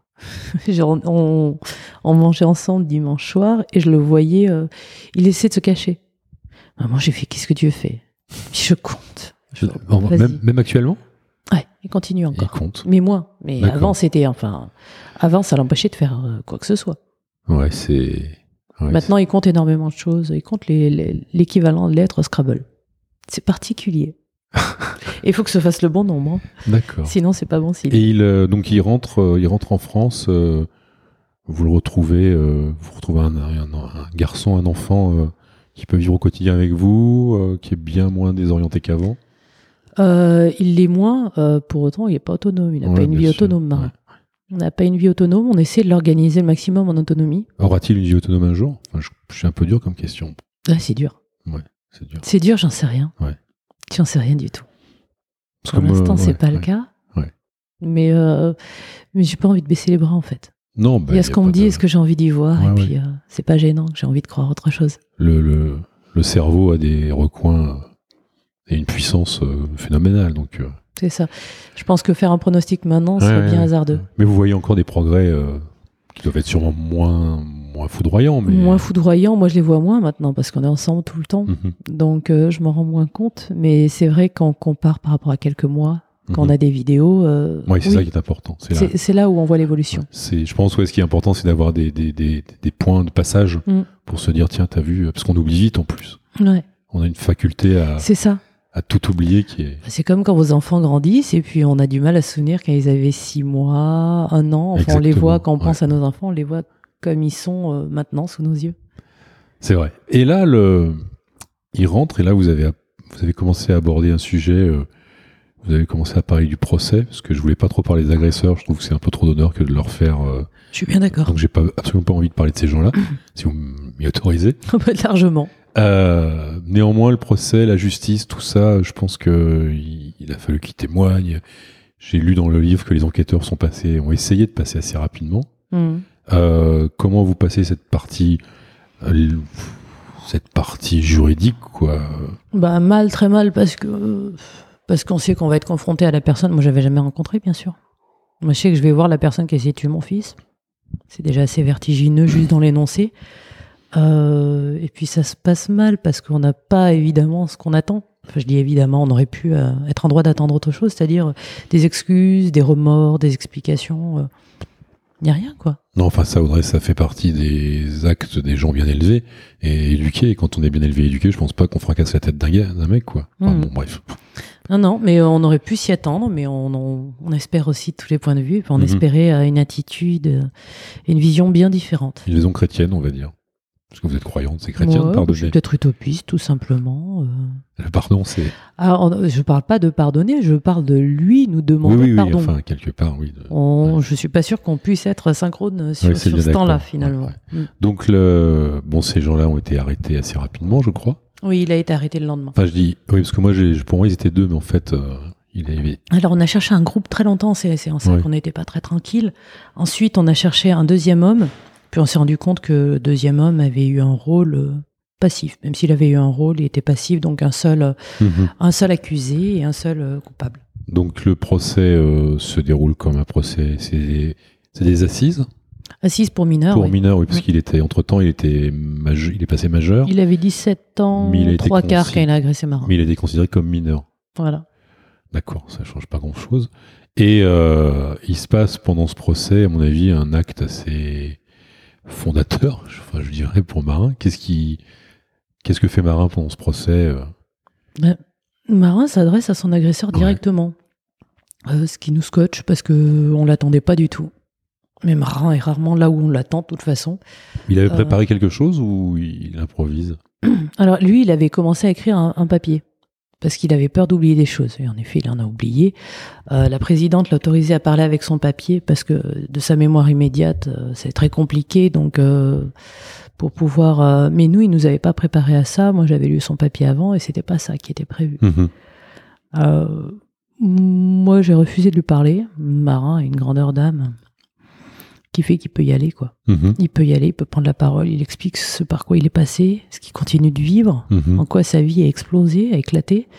On mangeait ensemble dimanche soir et je le voyais, il essaie de se cacher. Maman, j'ai fait, qu'est-ce que tu fais ? Je compte. Même actuellement ? Ouais, il continue encore. Il compte. Mais moins. Mais avant, avant, ça l'empêchait de faire quoi que ce soit. Ouais, Maintenant, il compte énormément de choses. Il compte l'équivalent de lettres Scrabble. C'est particulier. Il faut que se fasse le bon nombre. Hein. D'accord. Sinon, c'est pas bon signe. Et donc il rentre en France. Vous le retrouvez. Vous retrouvez un garçon, un enfant qui peut vivre au quotidien avec vous, qui est bien moins désorienté qu'avant. Il l'est moins. Pour autant, il n'est pas autonome. Il n'a pas une vie autonome. Marin. On n'a pas une vie autonome. On essaie de l'organiser le maximum en autonomie. Aura-t-il une vie autonome un jour ? Je suis un peu dur comme question. Là, c'est dur. Ouais, c'est dur. C'est dur, j'en sais rien. Ouais. J'en sais rien du tout. Pour l'instant, c'est pas le cas. Ouais. Mais j'ai pas envie de baisser les bras, en fait. Non, il y a ce qu'on me dit, est-ce que j'ai envie d'y voir, et puis c'est pas gênant, j'ai envie de croire autre chose. Le cerveau a des recoins et une puissance phénoménale, donc. C'est ça. Je pense que faire un pronostic maintenant serait bien hasardeux. Mais vous voyez encore des progrès qui doivent être sûrement moins foudroyants. Moins foudroyants, moi je les vois moins maintenant parce qu'on est ensemble tout le temps. Donc je m'en rends moins compte. Mais c'est vrai qu'on compare par rapport à quelques mois, quand on a des vidéos. C'est ça qui est important. C'est là où on voit l'évolution. Je pense ce qui est important, c'est d'avoir des points de passage pour se dire, tiens, t'as vu, parce qu'on oublie vite en plus. Ouais. On a une faculté à tout oublier qui est... C'est comme quand vos enfants grandissent et puis on a du mal à se souvenir quand ils avaient 6 mois, 1 an. Enfin, on les voit, quand on pense à nos enfants, on les voit comme ils sont maintenant sous nos yeux. C'est vrai. Et là, il rentre et là, vous avez commencé à aborder un sujet... Vous avez commencé à parler du procès, parce que je voulais pas trop parler des agresseurs. Je trouve que c'est un peu trop d'honneur que de leur faire... Je suis bien d'accord. Donc j'ai absolument pas envie de parler de ces gens-là, si vous m'y autorisez. Largement. Néanmoins, le procès, la justice, tout ça, je pense que il a fallu qu'ils témoignent. J'ai lu dans le livre que les enquêteurs ont essayé de passer assez rapidement. Comment vous passez cette partie juridique, quoi? Mal, très mal, parce qu'on sait qu'on va être confronté à la personne. Moi, j'avais jamais rencontré, bien sûr. Moi, je sais que je vais voir la personne qui a essayé de tuer mon fils. C'est déjà assez vertigineux juste dans l'énoncé. Et puis ça se passe mal parce qu'on n'a pas évidemment ce qu'on attend. Enfin, je dis évidemment, on aurait pu être en droit d'attendre autre chose, c'est-à-dire des excuses, des remords, des explications. Il n'y a rien, quoi. Non, enfin ça, Audrey, ça fait partie des actes des gens bien élevés et éduqués. Et quand on est bien élevé et éduqué, je pense pas qu'on fracasse la tête d'un mec, quoi. Enfin, bon, bref. Non, mais on aurait pu s'y attendre, mais on espère aussi de tous les points de vue. Et puis on espérait une attitude, une vision bien différente. Une vision chrétienne, on va dire. Parce que vous êtes croyante, c'est chrétien de Je pardonner. suis peut-être utopiste, tout simplement. Le pardon, c'est... Je parle pas de pardonner, je parle de lui nous demander pardon. Enfin, quelque part, oui. Je suis pas sûr qu'on puisse être synchrone sur ce temps-là, finalement. Donc, ces gens-là ont été arrêtés assez rapidement, je crois. Oui, il a été arrêté le lendemain. Enfin, je dis... Oui, parce que moi, pour moi, ils étaient 2, mais en fait... Alors, on a cherché un groupe très longtemps, c'est en ça qu'on n'était pas très tranquille. Ensuite, on a cherché un deuxième homme, puis on s'est rendu compte que le deuxième homme avait eu un rôle passif. Même s'il avait eu un rôle, il était passif, donc un seul accusé et un seul coupable. Donc, le procès se déroule comme un procès, c'est des assises ? Assises pour mineurs. Pour mineurs, oui, parce qu'il était, entre-temps, il est passé majeur. Il avait 17 ans, 3 quarts quand il a agressé Marin. Mais il a été considéré comme mineur. Voilà. D'accord, ça ne change pas grand-chose. Et il se passe pendant ce procès, à mon avis, un acte assez fondateur, je dirais, pour Marin. Qu'est-ce que fait Marin pendant ce procès Marin s'adresse à son agresseur directement. Ce qui nous scotche, parce qu'on ne l'attendait pas du tout. Mais Marin est rarement là où on l'attend, de toute façon. Il avait préparé quelque chose ou il improvise ? Alors, lui, il avait commencé à écrire un papier. Parce qu'il avait peur d'oublier des choses. Et en effet, il en a oublié. La présidente l'a autorisé à parler avec son papier parce que de sa mémoire immédiate, c'est très compliqué. Donc, pour pouvoir... mais nous, il nous avait pas préparé à ça. Moi, j'avais lu son papier avant et c'était pas ça qui était prévu. Moi, j'ai refusé de lui parler. Marin a une grandeur d'âme qui fait qu'il peut y aller, quoi. Il peut y aller, il peut prendre la parole, il explique ce par quoi il est passé, ce qu'il continue de vivre, en quoi sa vie a explosé, a éclaté.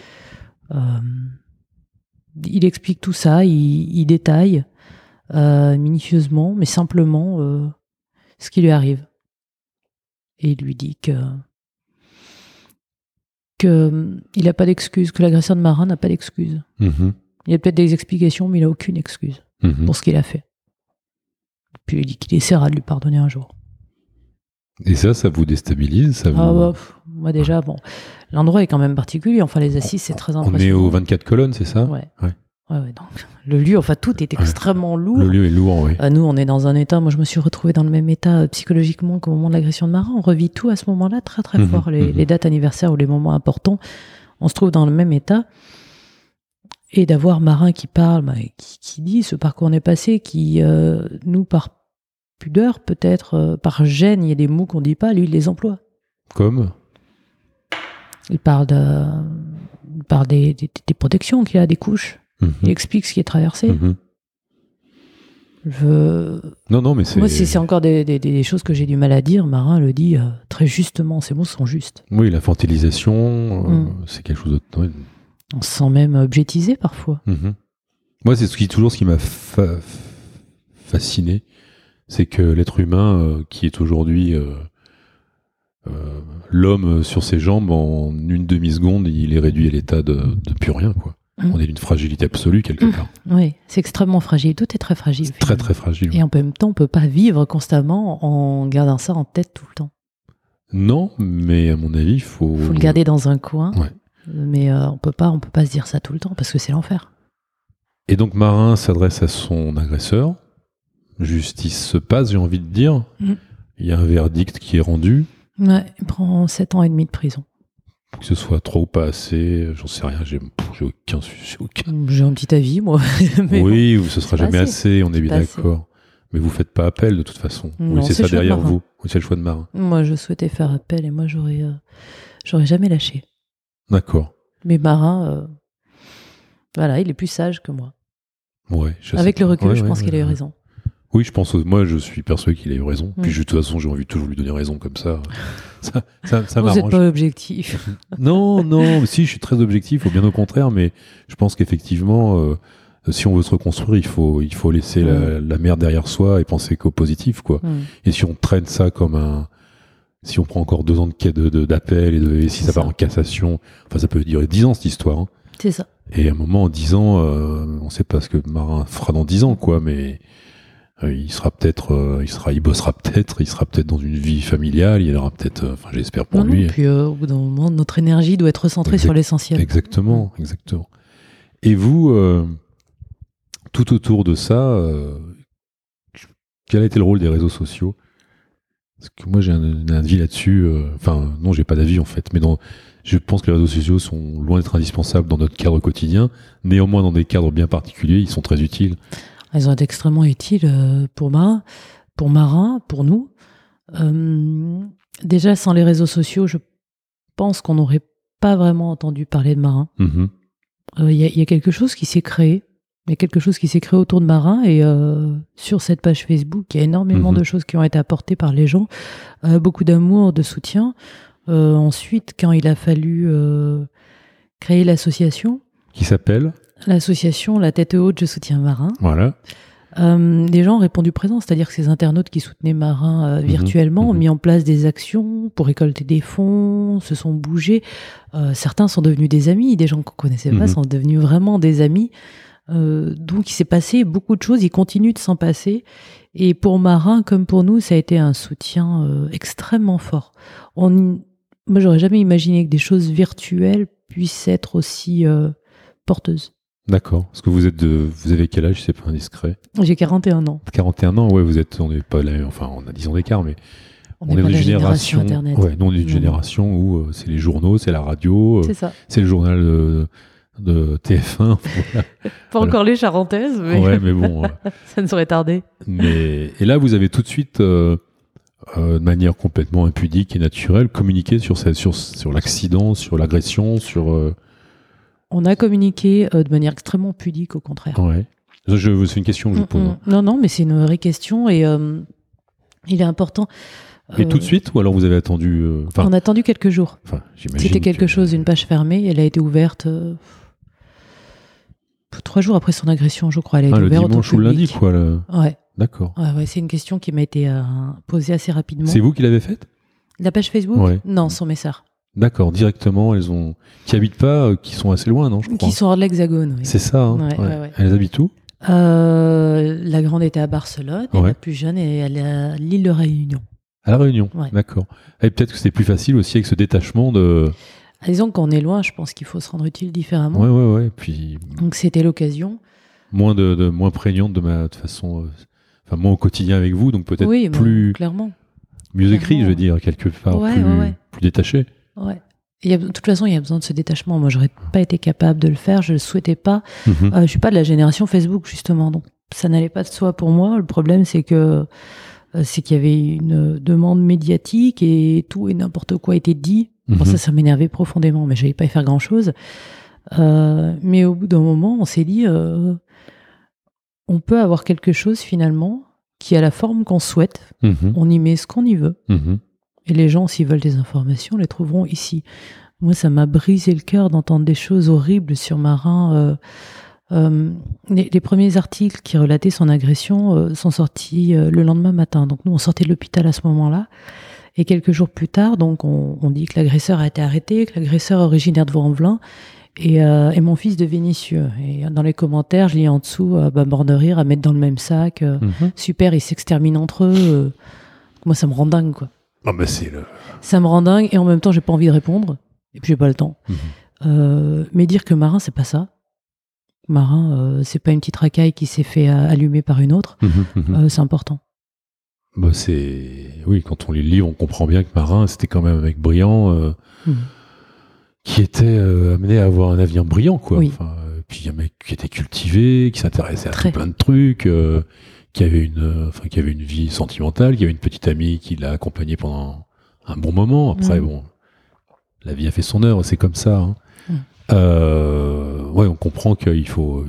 Il explique tout ça, il détaille minutieusement, mais simplement ce qui lui arrive. Et il lui dit que il n'a pas d'excuse, que l'agresseur de Marin n'a pas d'excuse. Il y a peut-être des explications, mais il n'a aucune excuse pour ce qu'il a fait. Puis il dit qu'il essaiera de lui pardonner un jour. Et ça vous déstabilise moi déjà, l'endroit est quand même particulier. Enfin, les assises, c'est très impressionnant. On est aux 24 colonnes, c'est ça ? Ouais. Donc, le lieu, tout est extrêmement lourd. Le lieu est lourd, oui. Nous, on est dans un état, moi je me suis retrouvée dans le même état psychologiquement qu'au moment de l'agression de Marin. On revit tout à ce moment-là très très fort. Les dates anniversaires ou les moments importants, on se trouve dans le même état. Et d'avoir Marin qui parle, qui dit ce par quoi on est passé, qui, nous, par pudeur, peut-être, par gêne, il y a des mots qu'on dit pas, lui, il les emploie. Comme ? Il parle des protections qu'il a, des couches. Il explique ce qui est traversé. Non, mais c'est... Moi, c'est encore des choses que j'ai du mal à dire. Marin le dit très justement, ces mots sont justes. Oui, l'infantilisation, c'est quelque chose d'autre. On se sent même objetisé parfois. Moi, c'est toujours ce qui m'a fasciné, c'est que l'être humain, qui est aujourd'hui l'homme sur ses jambes, en une demi-seconde, il est réduit à l'état de plus rien, quoi. On est d'une fragilité absolue, quelque part. Oui, c'est extrêmement fragile. Tout est très fragile. C'est très, très fragile. Et en même temps, on ne peut pas vivre constamment en gardant ça en tête tout le temps. Non, mais à mon avis, il faut le garder dans un coin. Ouais. Mais on peut pas se dire ça tout le temps parce que c'est l'enfer. Et donc Marin s'adresse à son agresseur. Justice se passe, j'ai envie de dire. Il y a un verdict qui est rendu. Ouais, il prend 7 ans et demi de prison. Que ce soit trop ou pas assez, j'en sais rien, j'ai aucun. J'ai un petit avis, moi. Mais oui, ce sera jamais assez, on est bien d'accord. Mais vous faites pas appel de toute façon. Non, c'est ça derrière vous. C'est le choix de Marin. Moi, je souhaitais faire appel et moi, j'aurais jamais lâché. D'accord. Mais Marin, il est plus sage que moi. Ouais. Avec le recul, je pense qu'il a eu raison. Oui, moi je suis persuadé qu'il a eu raison. Puis de toute façon, j'ai envie de toujours lui donner raison comme ça. Ça m'arrange. Vous n'êtes pas objectif. Non, si, je suis très objectif, ou bien au contraire, mais je pense qu'effectivement, si on veut se reconstruire, il faut laisser la mer derrière soi et penser qu'au positif, quoi. Et si on traîne ça comme si on prend encore 2 ans d'appel et si ça part en cassation, ça peut durer 10 ans cette histoire. C'est ça. Et à un moment, en 10 ans, on ne sait pas ce que Marin fera dans 10 ans, quoi, mais il bossera peut-être, il sera peut-être dans une vie familiale, il aura peut-être, j'espère pour lui. Puis au bout d'un moment, notre énergie doit être recentrée sur l'essentiel. Exactement. Et vous, tout autour de ça, quel a été le rôle des réseaux sociaux Parce que moi, j'ai un avis là-dessus. Enfin, non, j'ai pas d'avis en fait. Mais je pense que les réseaux sociaux sont loin d'être indispensables dans notre cadre quotidien. Néanmoins, dans des cadres bien particuliers, ils sont très utiles. Ils ont été extrêmement utiles pour marins, pour nous. Déjà, sans les réseaux sociaux, je pense qu'on n'aurait pas vraiment entendu parler de marins. Il y a quelque chose qui s'est créé. Il y a quelque chose qui s'est créé autour de marins et sur cette page Facebook, il y a énormément de choses qui ont été apportées par les gens. Beaucoup d'amour, de soutien. Ensuite, quand il a fallu créer l'association... Qui s'appelle ? L'association La Tête Haute, je soutiens Marin. Voilà. Des gens ont répondu présent, c'est-à-dire que ces internautes qui soutenaient Marin virtuellement ont mis en place des actions pour récolter des fonds, se sont bougés. Certains sont devenus des amis, des gens qu'on connaissait pas sont devenus vraiment des amis. Donc il s'est passé beaucoup de choses, il continue de s'en passer. Et pour Marin, comme pour nous, ça a été un soutien extrêmement fort. Moi, j'aurais jamais imaginé que des choses virtuelles puissent être aussi porteuses. D'accord. Parce que vous avez quel âge, si c'est pas indiscret ? J'ai 41 ans. 41 ans, ouais, on n'est pas là, enfin, on a 10 ans d'écart, mais on est pas d'une la génération Internet. Ouais, nous, on est d'une génération où c'est les journaux, c'est la radio, c'est ça. C'est le journal de TF1. Voilà. Pas encore les Charentaises, mais, ouais, mais bon. ça ne saurait tarder. Et là, vous avez tout de suite, de manière complètement impudique et naturelle, communiqué sur l'accident, sur l'agression, sur... On a communiqué de manière extrêmement pudique, au contraire. Ouais. C'est une question que je vous pose. Non, mais c'est une vraie question et il est important. Et tout de suite, ou alors vous avez attendu... On a attendu quelques jours. C'était quelque chose, une page fermée. Elle a été ouverte 3 jours après son agression, je crois. Elle a été ouverte le dimanche ou le lundi, quoi. Ouais. D'accord. Ouais, c'est une question qui m'a été posée assez rapidement. C'est vous qui l'avez faite ? La page Facebook ? Ouais. Non, son mes sœurs. D'accord, directement, qui habitent pas, qui sont assez loin, non, je crois. Qui sont hors de l'Hexagone, oui. C'est ça, hein. Ouais. Elles habitent où ? La grande était à Barcelone, et la plus jeune elle est à l'île de Réunion. À La Réunion, ouais. D'accord. Et peut-être que c'était plus facile aussi avec ce détachement de... Disons qu'on est loin, je pense qu'il faut se rendre utile différemment. Ouais. Puis... Donc c'était l'occasion. Moins prégnante de façon... moins au quotidien avec vous, donc peut-être plus... clairement. Mieux écrit, je veux dire, quelque part, plus détaché. Ouais. De toute façon, il y a besoin de ce détachement. Moi, j'aurais pas été capable de le faire, je le souhaitais pas. Je suis pas de la génération Facebook, justement, donc ça n'allait pas de soi pour moi. Le problème, c'est qu'il y avait une demande médiatique et tout et n'importe quoi était dit. Bon, ça m'énervait profondément, mais j'allais pas y faire grand-chose. Mais au bout d'un moment, on s'est dit, on peut avoir quelque chose finalement qui a la forme qu'on souhaite. On y met ce qu'on y veut. Et les gens, s'ils veulent des informations, les trouveront ici. Moi, ça m'a brisé le cœur d'entendre des choses horribles sur Marin. Les premiers articles qui relataient son agression sont sortis le lendemain matin. Donc nous, on sortait de l'hôpital à ce moment-là. Et quelques jours plus tard, donc on dit que l'agresseur a été arrêté, que l'agresseur est originaire de Vaux-en-Velin et mon fils de Vénissieux. Et dans les commentaires, je lis en dessous, mort de rire, à mettre dans le même sac. Super, ils s'exterminent entre eux. Moi, ça me rend dingue, quoi. Ah bah ça me rend dingue et en même temps j'ai pas envie de répondre et puis j'ai pas le temps. Mais dire que Marin c'est pas ça. Marin c'est pas une petite racaille qui s'est fait allumer par une autre. C'est important. Bah oui, quand on lit le livre on comprend bien que Marin c'était quand même un mec brillant qui était amené à avoir un avenir brillant, quoi. Oui. Puis un mec qui était cultivé, qui s'intéressait à tout plein de trucs. Qui avait une vie sentimentale, qui avait une petite amie qui l'a accompagné pendant un bon moment. Après, la vie a fait son œuvre, c'est comme ça. On comprend qu'il faut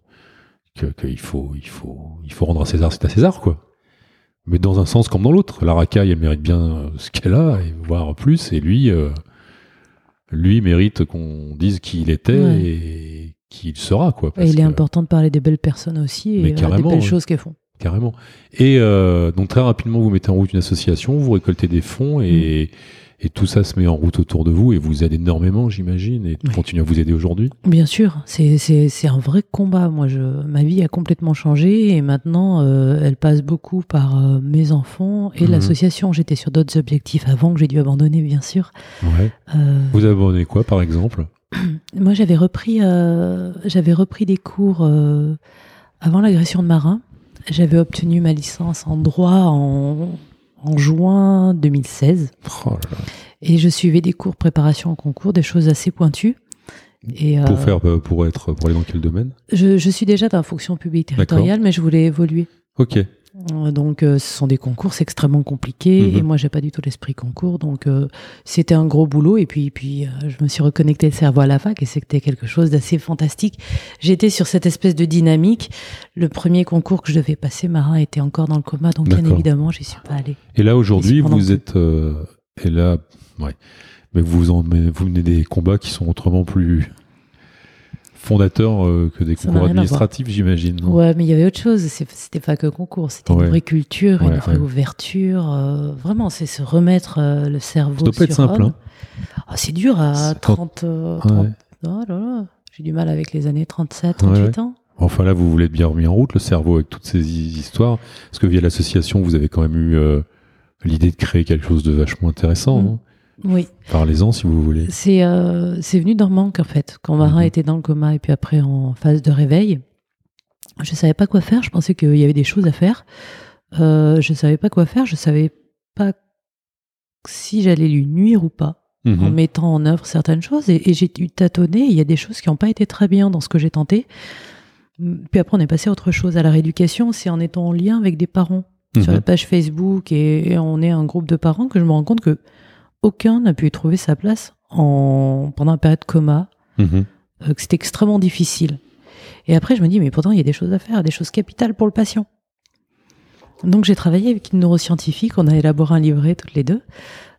rendre à César, c'est à César, quoi. Mais dans un sens comme dans l'autre. La racaille, elle mérite bien ce qu'elle a, et voire plus, et lui mérite qu'on dise qui il était et qui il sera, quoi. Et il est important de parler des belles personnes aussi et des belles choses qu'elles font. Carrément. Et donc très rapidement, vous mettez en route une association, vous récoltez des fonds et tout ça se met en route autour de vous et vous aide énormément, j'imagine, et continue à vous aider aujourd'hui. Bien sûr, c'est un vrai combat. Moi, ma vie a complètement changé et maintenant, elle passe beaucoup par mes enfants et l'association. J'étais sur d'autres objectifs avant que j'ai dû abandonner, bien sûr. Ouais. Vous avez abandonné quoi, par exemple ? Moi, j'avais repris des cours avant l'agression de Marin. J'avais obtenu ma licence en droit en en juin 2016. Oh là là. Et je suivais des cours préparation au concours, des choses assez pointues. Et, pour aller dans quel domaine? Je suis déjà dans la fonction publique territoriale, mais je voulais évoluer. Ok. Donc, ce sont des concours, c'est extrêmement compliqué. Et moi, j'ai pas du tout l'esprit concours. Donc, c'était un gros boulot. Et puis, je me suis reconnecté le cerveau à la fac et c'était quelque chose d'assez fantastique. J'étais sur cette espèce de dynamique. Le premier concours que je devais passer, Marin était encore dans le coma. Donc, bien évidemment, j'y suis pas allée. Et là, aujourd'hui, vous êtes... et là, ouais. Mais vous menez des combats qui sont autrement plus... fondateur que des concours administratifs, j'imagine. Non? Ouais, mais il y avait autre chose. C'était pas que concours. C'était une vraie culture, une vraie ouverture. Vraiment, c'est se remettre le cerveau. Ça doit pas être simple. Hein. C'est dur à 30. Oh là là. J'ai du mal avec les années 37, 38 ans. Enfin là, vous voulez être bien remis en route, le cerveau, avec toutes ces histoires. Parce que via l'association, vous avez quand même eu l'idée de créer quelque chose de vachement intéressant. Non? Oui. Parlez-en si vous voulez. C'est venu d'un manque en fait. Quand Marin était dans le coma et puis après en phase de réveil, je savais pas quoi faire. Je pensais qu'il y avait des choses à faire. Je savais pas quoi faire. Je savais pas si j'allais lui nuire ou pas en mettant en œuvre certaines choses. Et j'ai tâtonné. Il y a des choses qui n'ont pas été très bien dans ce que j'ai tenté. Puis après, on est passé à autre chose. À la rééducation, c'est en étant en lien avec des parents sur la page Facebook et on est un groupe de parents que je me rends compte que aucun n'a pu trouver sa place pendant la période coma, que c'était extrêmement difficile. Et après, je me dis, mais pourtant, il y a des choses à faire, des choses capitales pour le patient. Donc, j'ai travaillé avec une neuroscientifique, on a élaboré un livret toutes les deux,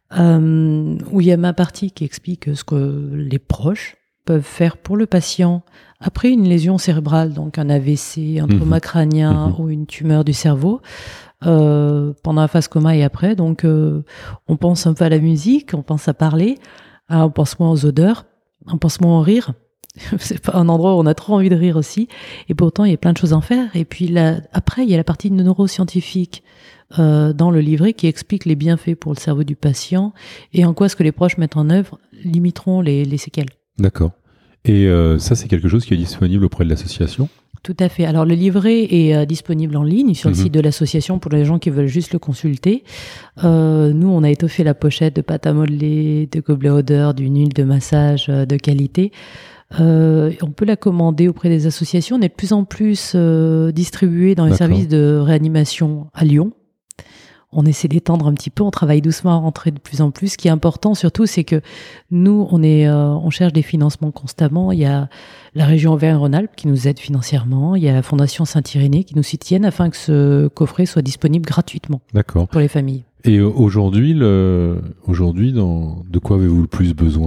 où il y a ma partie qui explique ce que les proches peuvent faire pour le patient après une lésion cérébrale, donc un AVC, un trauma crânien ou une tumeur du cerveau, pendant la phase coma et après. Donc, on pense un peu à la musique, on pense à parler, on pense moins aux odeurs, on pense moins au rire. C'est pas un endroit où on a trop envie de rire aussi. Et pourtant, il y a plein de choses à en faire. Et puis là, après, il y a la partie neuroscientifique dans le livret qui explique les bienfaits pour le cerveau du patient et en quoi ce que les proches mettent en œuvre limiteront les séquelles. D'accord. Et ça, c'est quelque chose qui est disponible auprès de l'association ? Tout à fait. Alors, le livret est disponible en ligne sur le site de l'association pour les gens qui veulent juste le consulter. Nous, on a étoffé la pochette de pâte à modeler, de gobelets odeur, d'une huile de massage de qualité. On peut la commander auprès des associations. On est de plus en plus distribué dans les services de réanimation à Lyon. On essaie d'étendre un petit peu, on travaille doucement à rentrer de plus en plus. Ce qui est important surtout, c'est que nous, on cherche des financements constamment. Il y a la région Auvergne-Rhône-Alpes qui nous aide financièrement. Il y a la Fondation Saint-Irénée qui nous soutiennent afin que ce coffret soit disponible gratuitement pour les familles. Et aujourd'hui, de quoi avez-vous le plus besoin ?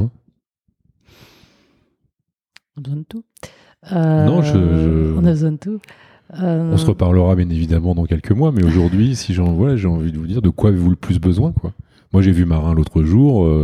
On a besoin de tout. Non, on a besoin de tout. On se reparlera bien évidemment dans quelques mois, mais aujourd'hui, si j'ai envie de vous dire de quoi avez-vous le plus besoin, quoi. Moi, j'ai vu Marin l'autre jour.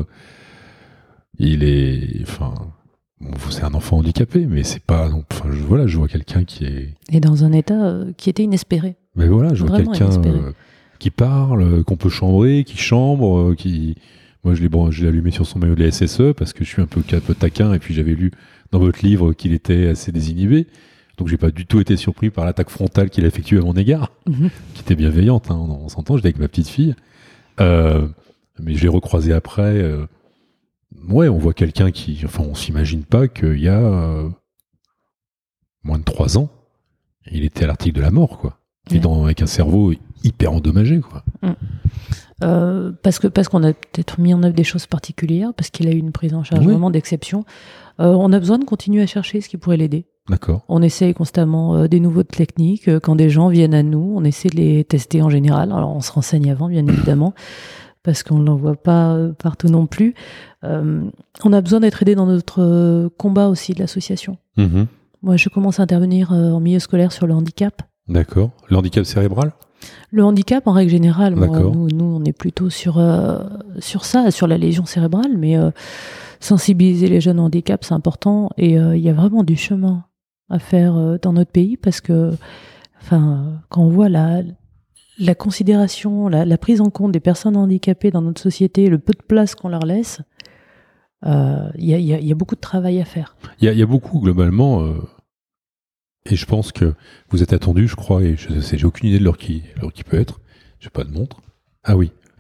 C'est un enfant handicapé, mais c'est pas. Je vois quelqu'un qui est. Et dans un état qui était inespéré. Mais voilà, je vois quelqu'un qui parle, qu'on peut chambrer, qui chambre, qui. Moi, je l'ai allumé sur son maillot de la SSE parce que je suis un peu taquin et puis j'avais lu dans votre livre qu'il était assez désinhibé. Donc, j'ai pas du tout été surpris par l'attaque frontale qu'il a effectuée à mon égard, qui était bienveillante, hein, on s'entend, j'étais avec ma petite fille. Mais je l'ai recroisé après. On voit quelqu'un qui... Enfin, on s'imagine pas qu'il y a moins de 3 ans, il était à l'article de la mort, quoi. Et avec un cerveau hyper endommagé, quoi. Parce qu'on a peut-être mis en œuvre des choses particulières, parce qu'il a eu une prise en charge vraiment d'exception. On a besoin de continuer à chercher ce qui pourrait l'aider. D'accord. On essaye constamment des nouveaux techniques. Quand des gens viennent à nous, on essaie de les tester en général. Alors, on se renseigne avant, bien évidemment, parce qu'on ne l'envoie pas partout non plus. On a besoin d'être aidé dans notre combat aussi de l'association. Moi, je commence à intervenir en milieu scolaire sur le handicap. D'accord. Le handicap cérébral ? Le handicap, en règle générale, nous, on est plutôt sur ça, sur la lésion cérébrale, mais sensibiliser les jeunes au handicap, c'est important. Et il y a vraiment du chemin à faire dans notre pays, parce que quand on voit la considération, la prise en compte des personnes handicapées dans notre société, le peu de place qu'on leur laisse, il y a beaucoup de travail à faire. Il y a beaucoup, globalement... Et je pense que vous êtes attendu, je crois, et j'ai aucune idée de l'heure qui peut être. J'ai pas de montre. Ah oui,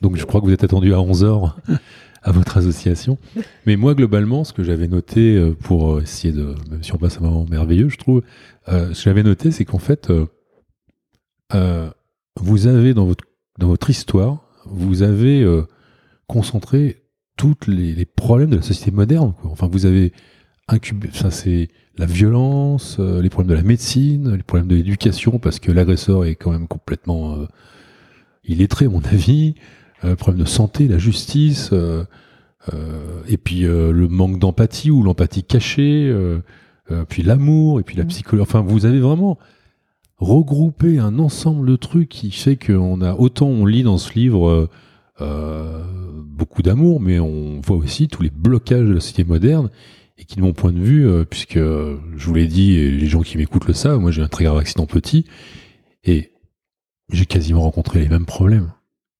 Donc je crois que vous êtes attendu à 11h à votre association. Mais moi, globalement, ce que j'avais noté pour essayer de... Même si on passe un moment merveilleux, je trouve, ce que j'avais noté, c'est qu'en fait, vous avez dans votre histoire, vous avez concentré tous les problèmes de la société moderne, quoi. Enfin, vous avez incubé... Ça, c'est la violence, les problèmes de la médecine, les problèmes de l'éducation, parce que l'agresseur est quand même complètement illettré, à mon avis. Problème de santé, la justice, et puis le manque d'empathie ou l'empathie cachée, puis l'amour, et puis la psychologie. Enfin, vous avez vraiment regroupé un ensemble de trucs qui fait qu'on a autant on lit dans ce livre beaucoup d'amour, mais on voit aussi tous les blocages de la société moderne et qui, de mon point de vue, puisque je vous l'ai dit, et les gens qui m'écoutent le savent, moi j'ai un très grave accident petit et j'ai quasiment rencontré les mêmes problèmes.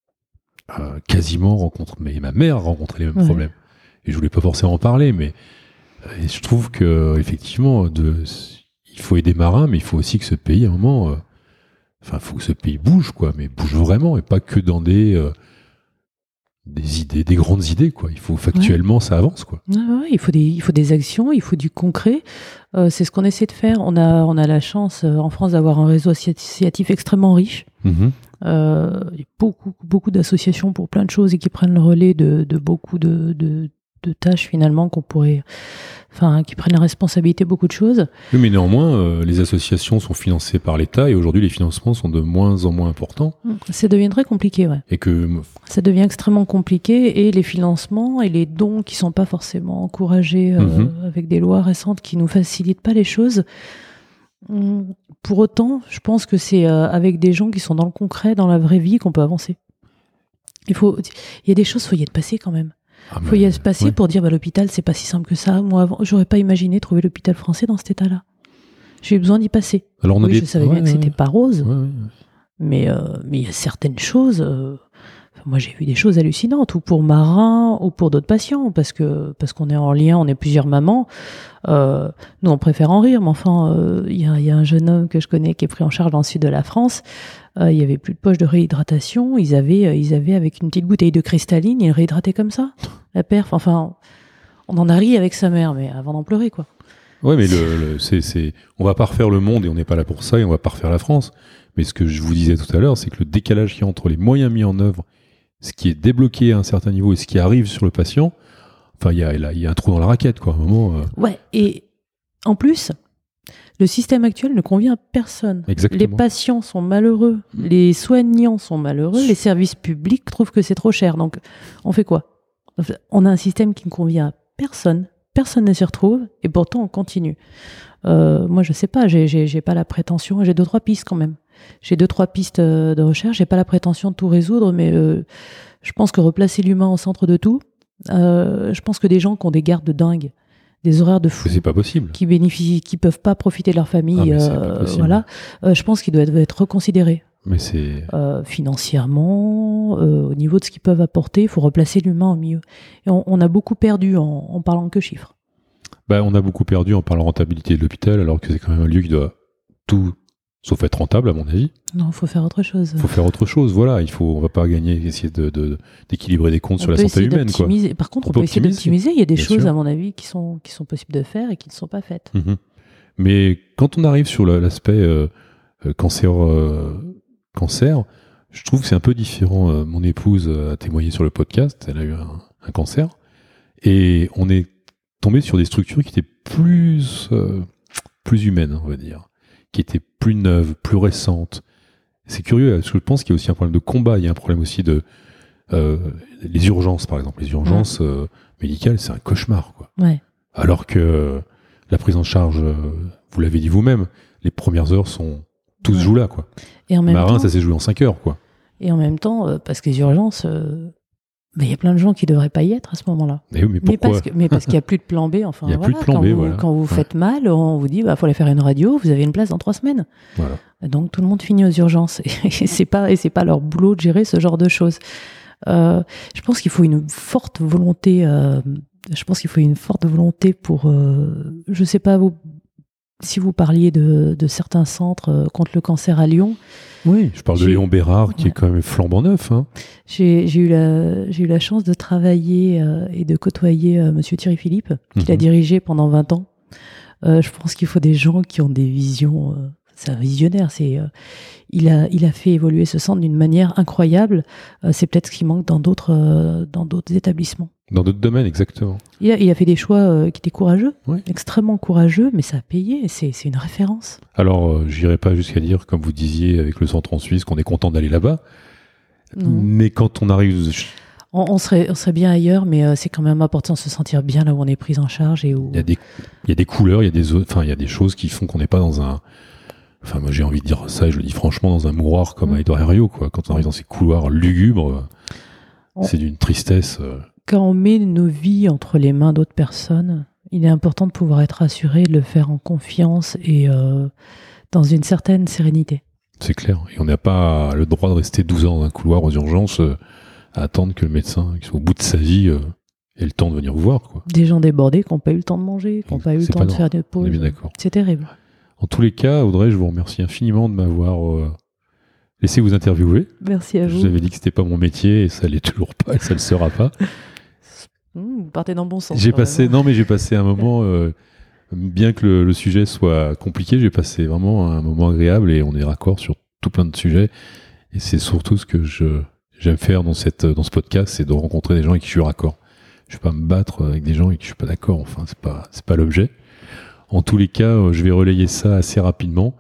Mais ma mère a rencontré les mêmes problèmes. Et je voulais pas forcément en parler, mais je trouve que effectivement, il faut aider Marin, mais il faut aussi que ce pays, à un moment, il faut que ce pays bouge, quoi, mais bouge vraiment, et pas que dans des idées, des grandes idées, quoi. Il faut factuellement, ça avance, quoi. Il faut des actions, il faut du concret. C'est ce qu'on essaie de faire. On a la chance en France d'avoir un réseau associatif extrêmement riche. Il y a beaucoup d'associations pour plein de choses et qui prennent le relais de beaucoup de tâches finalement qui prennent la responsabilité de beaucoup de choses. Oui, mais néanmoins, les associations sont financées par l'État et aujourd'hui les financements sont de moins en moins importants. Ça devient très compliqué, ouais. Ça devient extrêmement compliqué et les financements et les dons qui sont pas forcément encouragés avec des lois récentes qui nous facilitent pas les choses. Pour autant, je pense que c'est avec des gens qui sont dans le concret, dans la vraie vie, qu'on peut avancer. Il y a des choses, faut y être passé quand même. Faut y être passé pour dire l'hôpital, c'est pas si simple que ça. Moi, avant, j'aurais pas imaginé trouver l'hôpital français dans cet état-là. J'ai eu besoin d'y passer. Alors je savais bien que c'était pas rose, mais il y a certaines choses. Moi, j'ai vu des choses hallucinantes, ou pour Marin, ou pour d'autres patients, parce qu'on est en lien, on est plusieurs mamans. Nous, on préfère en rire, mais enfin, il y a un jeune homme que je connais qui est pris en charge dans le sud de la France. Il y avait plus de poche de réhydratation. Ils avaient avec une petite bouteille de cristalline, ils réhydrataient comme ça. La perf. Enfin, on en a ri avec sa mère, mais avant d'en pleurer, quoi. Ouais, mais on va pas refaire le monde et on n'est pas là pour ça et on va pas refaire la France. Mais ce que je vous disais tout à l'heure, c'est que le décalage qu'il y a entre les moyens mis en œuvre, ce qui est débloqué à un certain niveau et ce qui arrive sur le patient, il y a un trou dans la raquette, quoi. À un moment, Ouais, et en plus, le système actuel ne convient à personne. Exactement. Les patients sont malheureux, les soignants sont malheureux, les services publics trouvent que c'est trop cher. Donc, on fait quoi ? On a un système qui ne convient à personne. Personne ne s'y retrouve, et pourtant on continue. Moi, je sais pas, j'ai pas la prétention, j'ai 2-3 pistes quand même. J'ai 2-3 pistes de recherche, j'ai pas la prétention de tout résoudre, mais je pense que replacer l'humain au centre de tout, je pense que des gens qui ont des gardes de dingue, des horaires de fou, c'est pas possible, qui peuvent pas profiter de leur famille, je pense qu'ils doivent être reconsidérés. Mais c'est financièrement, au niveau de ce qu'ils peuvent apporter, il faut replacer l'humain au milieu. Et on a beaucoup perdu en parlant que chiffres. On a beaucoup perdu en parlant rentabilité de l'hôpital, alors que c'est quand même un lieu qui doit tout sauf être rentable, à mon avis. Non, il faut faire autre chose. Il faut faire autre chose, voilà. On va pas essayer d'équilibrer des comptes sur la santé humaine, quoi. Par contre, on peut essayer d'optimiser. Il y a des choses, sûr, à mon avis, qui sont possibles de faire et qui ne sont pas faites. Mais quand on arrive sur l'aspect cancer, je trouve que c'est un peu différent. Mon épouse a témoigné sur le podcast, elle a eu un cancer, et on est tombé sur des structures qui étaient plus humaines, on va dire, qui étaient plus neuves, plus récentes. C'est curieux, parce que je pense qu'il y a aussi un problème de combat, il y a un problème aussi de les urgences, par exemple. Les urgences médicales, c'est un cauchemar, quoi. Ouais. Alors que la prise en charge, vous l'avez dit vous-même, les premières heures sont tous jouent là, quoi. Et en même Marin, temps, ça s'est joué en 5 heures, quoi. Et en même temps, parce que les urgences, il y a plein de gens qui ne devraient pas y être à ce moment-là. Mais pourquoi ? Mais parce qu'il n'y a plus de plan B. Enfin, il n'y a plus de plan B, voilà. Quand vous faites mal, on vous dit faut aller faire une radio, vous avez une place dans 3 semaines. Voilà. Donc tout le monde finit aux urgences. Et c'est pas leur boulot de gérer ce genre de choses. Je pense qu'il faut une forte volonté. Je pense qu'il faut une forte volonté pour, je sais pas, si vous parliez de certains centres contre le cancer à Lyon. Oui, je parle de Léon Bérard, qui est quand même flambant neuf. Hein. J'ai eu la chance de travailler et de côtoyer Monsieur Thierry Philippe, qu'il a dirigé pendant 20 ans. Je pense qu'il faut des gens qui ont des visions. C'est un visionnaire. Il a fait évoluer ce centre d'une manière incroyable. C'est peut-être ce qui manque dans d'autres établissements. Dans d'autres domaines, exactement. Il a fait des choix qui étaient courageux, oui. Extrêmement courageux, mais ça a payé. C'est une référence. Alors, j'irai pas jusqu'à dire, comme vous disiez avec le centre en Suisse, qu'on est content d'aller là-bas. Non. Mais quand on arrive... On serait bien ailleurs, mais c'est quand même important de se sentir bien là où on est pris en charge. Et où... Il y a des couleurs, il y a des choses qui font qu'on n'est pas dans un... Enfin, moi j'ai envie de dire ça, et je le dis franchement, dans un mouroir comme à Edouard Herriot, quoi. Quand on arrive dans ces couloirs lugubres, c'est d'une tristesse... Quand on met nos vies entre les mains d'autres personnes, il est important de pouvoir être rassuré, de le faire en confiance et dans une certaine sérénité. C'est clair. Et on n'a pas le droit de rester 12 heures dans un couloir aux urgences à attendre que le médecin, qui soit au bout de sa vie, ait le temps de venir vous voir, quoi. Des gens débordés qui n'ont pas eu le temps de manger, qui n'ont pas eu le temps de faire des pauses. On est bien d'accord. C'est terrible. En tous les cas, Audrey, je vous remercie infiniment de m'avoir laissé vous interviewer. Merci à vous. Je vous avais dit que c'était pas mon métier et ça l'est toujours pas et ça le sera pas. Vous partez dans le bon sens. J'ai passé un moment, bien que le sujet soit compliqué, j'ai passé vraiment un moment agréable et on est raccord sur tout plein de sujets. Et c'est surtout ce que j'aime faire dans ce podcast, c'est de rencontrer des gens avec qui je suis raccord. Je vais pas me battre avec des gens avec qui je suis pas d'accord. Enfin, c'est pas l'objet. En tous les cas, je vais relayer ça assez rapidement.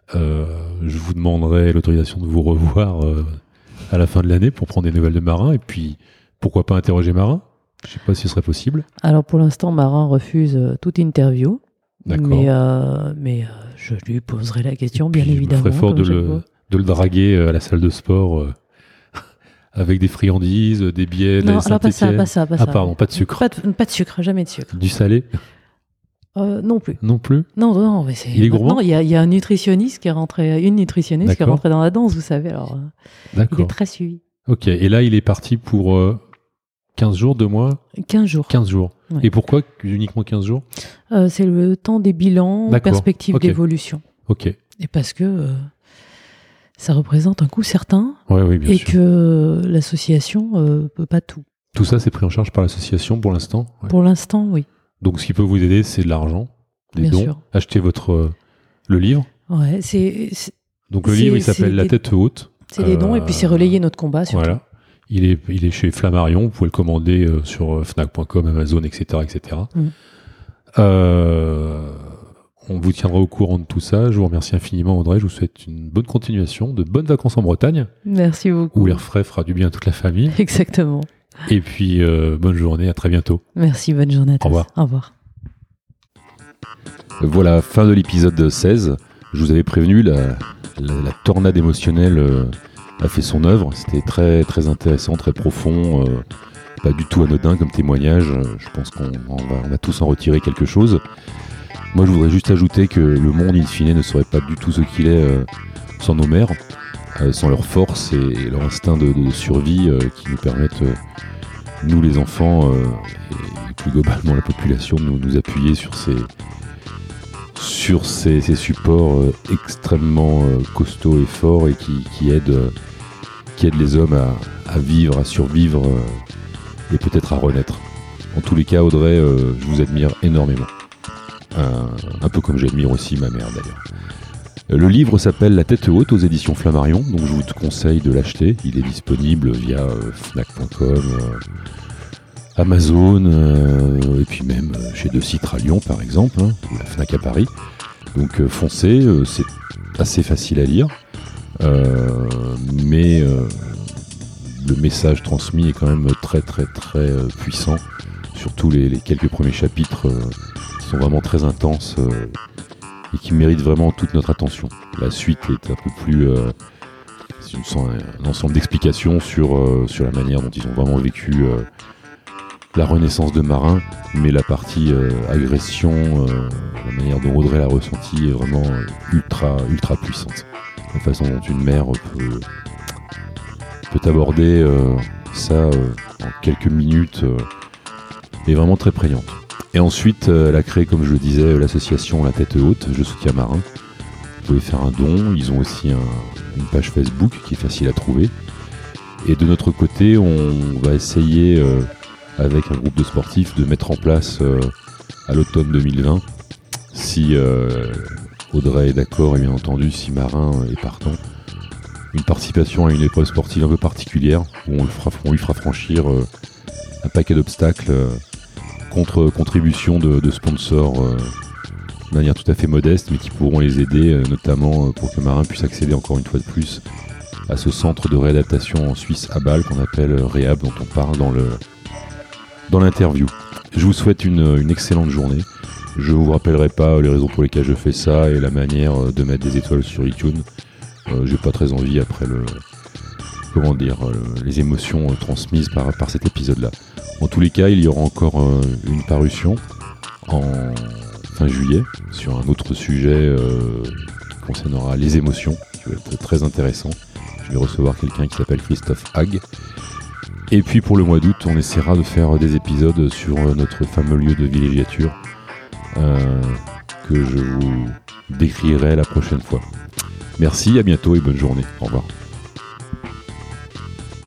Je vous demanderai l'autorisation de vous revoir à la fin de l'année pour prendre des nouvelles de Marin et puis pourquoi pas interroger Marin. Je ne sais pas si ce serait possible. Alors pour l'instant, Marin refuse toute interview. D'accord. Mais je lui poserai la question, bien évidemment. Je me ferais fort de le draguer à la salle de sport avec des friandises, des billets. Non, alors pas ça. Ah pardon, pas de sucre. Pas de sucre, jamais de sucre. Du salé non plus. Non plus. Non, mais il est gourmand. Il y a un nutritionniste qui est rentré, une nutritionniste qui est rentrée dans la danse, vous savez. Alors, il est très suivi. Ok, et là, il est parti pour 15 jours, 2 mois 15 jours. 15 jours. Ouais. Et pourquoi uniquement 15 jours c'est le temps des bilans, perspectives d'évolution. Ok. Et parce que ça représente un coût certain oui, bien et sûr. que l'association peut pas tout. Tout ça, c'est pris en charge par l'association pour l'instant Pour l'instant, oui. Donc, ce qui peut vous aider, c'est de l'argent, des bien dons. Sûr. Achetez le livre. Ouais, Donc, le livre, il s'appelle La tête haute. C'est des dons et puis c'est relayer notre combat, surtout. Voilà. Il est chez Flammarion. Vous pouvez le commander sur Fnac.com, Amazon, etc. On vous tiendra au courant de tout ça. Je vous remercie infiniment, Audrey. Je vous souhaite une bonne continuation, de bonnes vacances en Bretagne. Merci beaucoup. Où l'air frais fera du bien à toute la famille. Exactement. Et puis, bonne journée, à très bientôt. Merci, bonne journée à tous. Au revoir. Au revoir. Voilà, fin de l'épisode 16. Je vous avais prévenu, la tornade émotionnelle a fait son œuvre. C'était très, très intéressant, très profond. Pas du tout anodin comme témoignage. Je pense qu'on va tous en retirer quelque chose. Moi, je voudrais juste ajouter que le monde, in fine, ne serait pas du tout ce qu'il est sans nos mères, sans leur force et leur instinct de survie qui nous permettent, nous les enfants, et plus globalement la population, de nous appuyer sur ces supports extrêmement costauds et forts et qui aident les hommes à vivre, à survivre et peut-être à renaître. En tous les cas, Audrey, je vous admire énormément. Un peu comme j'admire aussi ma mère d'ailleurs. Le livre s'appelle La tête haute aux éditions Flammarion, donc je vous conseille de l'acheter. Il est disponible via Fnac.com, Amazon, et puis même chez De Citre à Lyon par exemple, ou la Fnac à Paris. Donc foncez, c'est assez facile à lire, mais le message transmis est quand même très très très puissant, surtout les quelques premiers chapitres qui sont vraiment très intenses et qui méritent vraiment toute notre attention. La suite est un peu plus... c'est un ensemble d'explications sur la manière dont ils ont vraiment vécu la renaissance de Marin, mais la partie agression, la manière dont Audrey l'a ressentie est vraiment ultra, ultra puissante. La façon dont une mère peut aborder ça en quelques minutes est vraiment très prégnante. Et ensuite, elle a créé, comme je le disais, l'association La Tête Haute, Je soutiens Marin. Vous pouvez faire un don. Ils ont aussi une page Facebook qui est facile à trouver. Et de notre côté, on va essayer, avec un groupe de sportifs, de mettre en place à l'automne 2020, si Audrey est d'accord et bien entendu, si Marin est partant, une participation à une épreuve sportive un peu particulière où on lui fera franchir un paquet d'obstacles contre contribution de sponsors de manière tout à fait modeste, mais qui pourront les aider, notamment pour que Marin puisse accéder encore une fois de plus à ce centre de réadaptation en Suisse à Bâle qu'on appelle Réhab, dont on parle dans l'interview. Je vous souhaite une excellente journée. Je vous rappellerai pas les raisons pour lesquelles je fais ça et la manière de mettre des étoiles sur iTunes. J'ai pas très envie après les émotions transmises par cet épisode-là. En tous les cas, il y aura encore une parution en fin juillet sur un autre sujet qui concernera les émotions, qui va être très intéressant. Je vais recevoir quelqu'un qui s'appelle Christophe Hague. Et puis pour le mois d'août, on essaiera de faire des épisodes sur notre fameux lieu de villégiature que je vous décrirai la prochaine fois. Merci, à bientôt et bonne journée. Au revoir.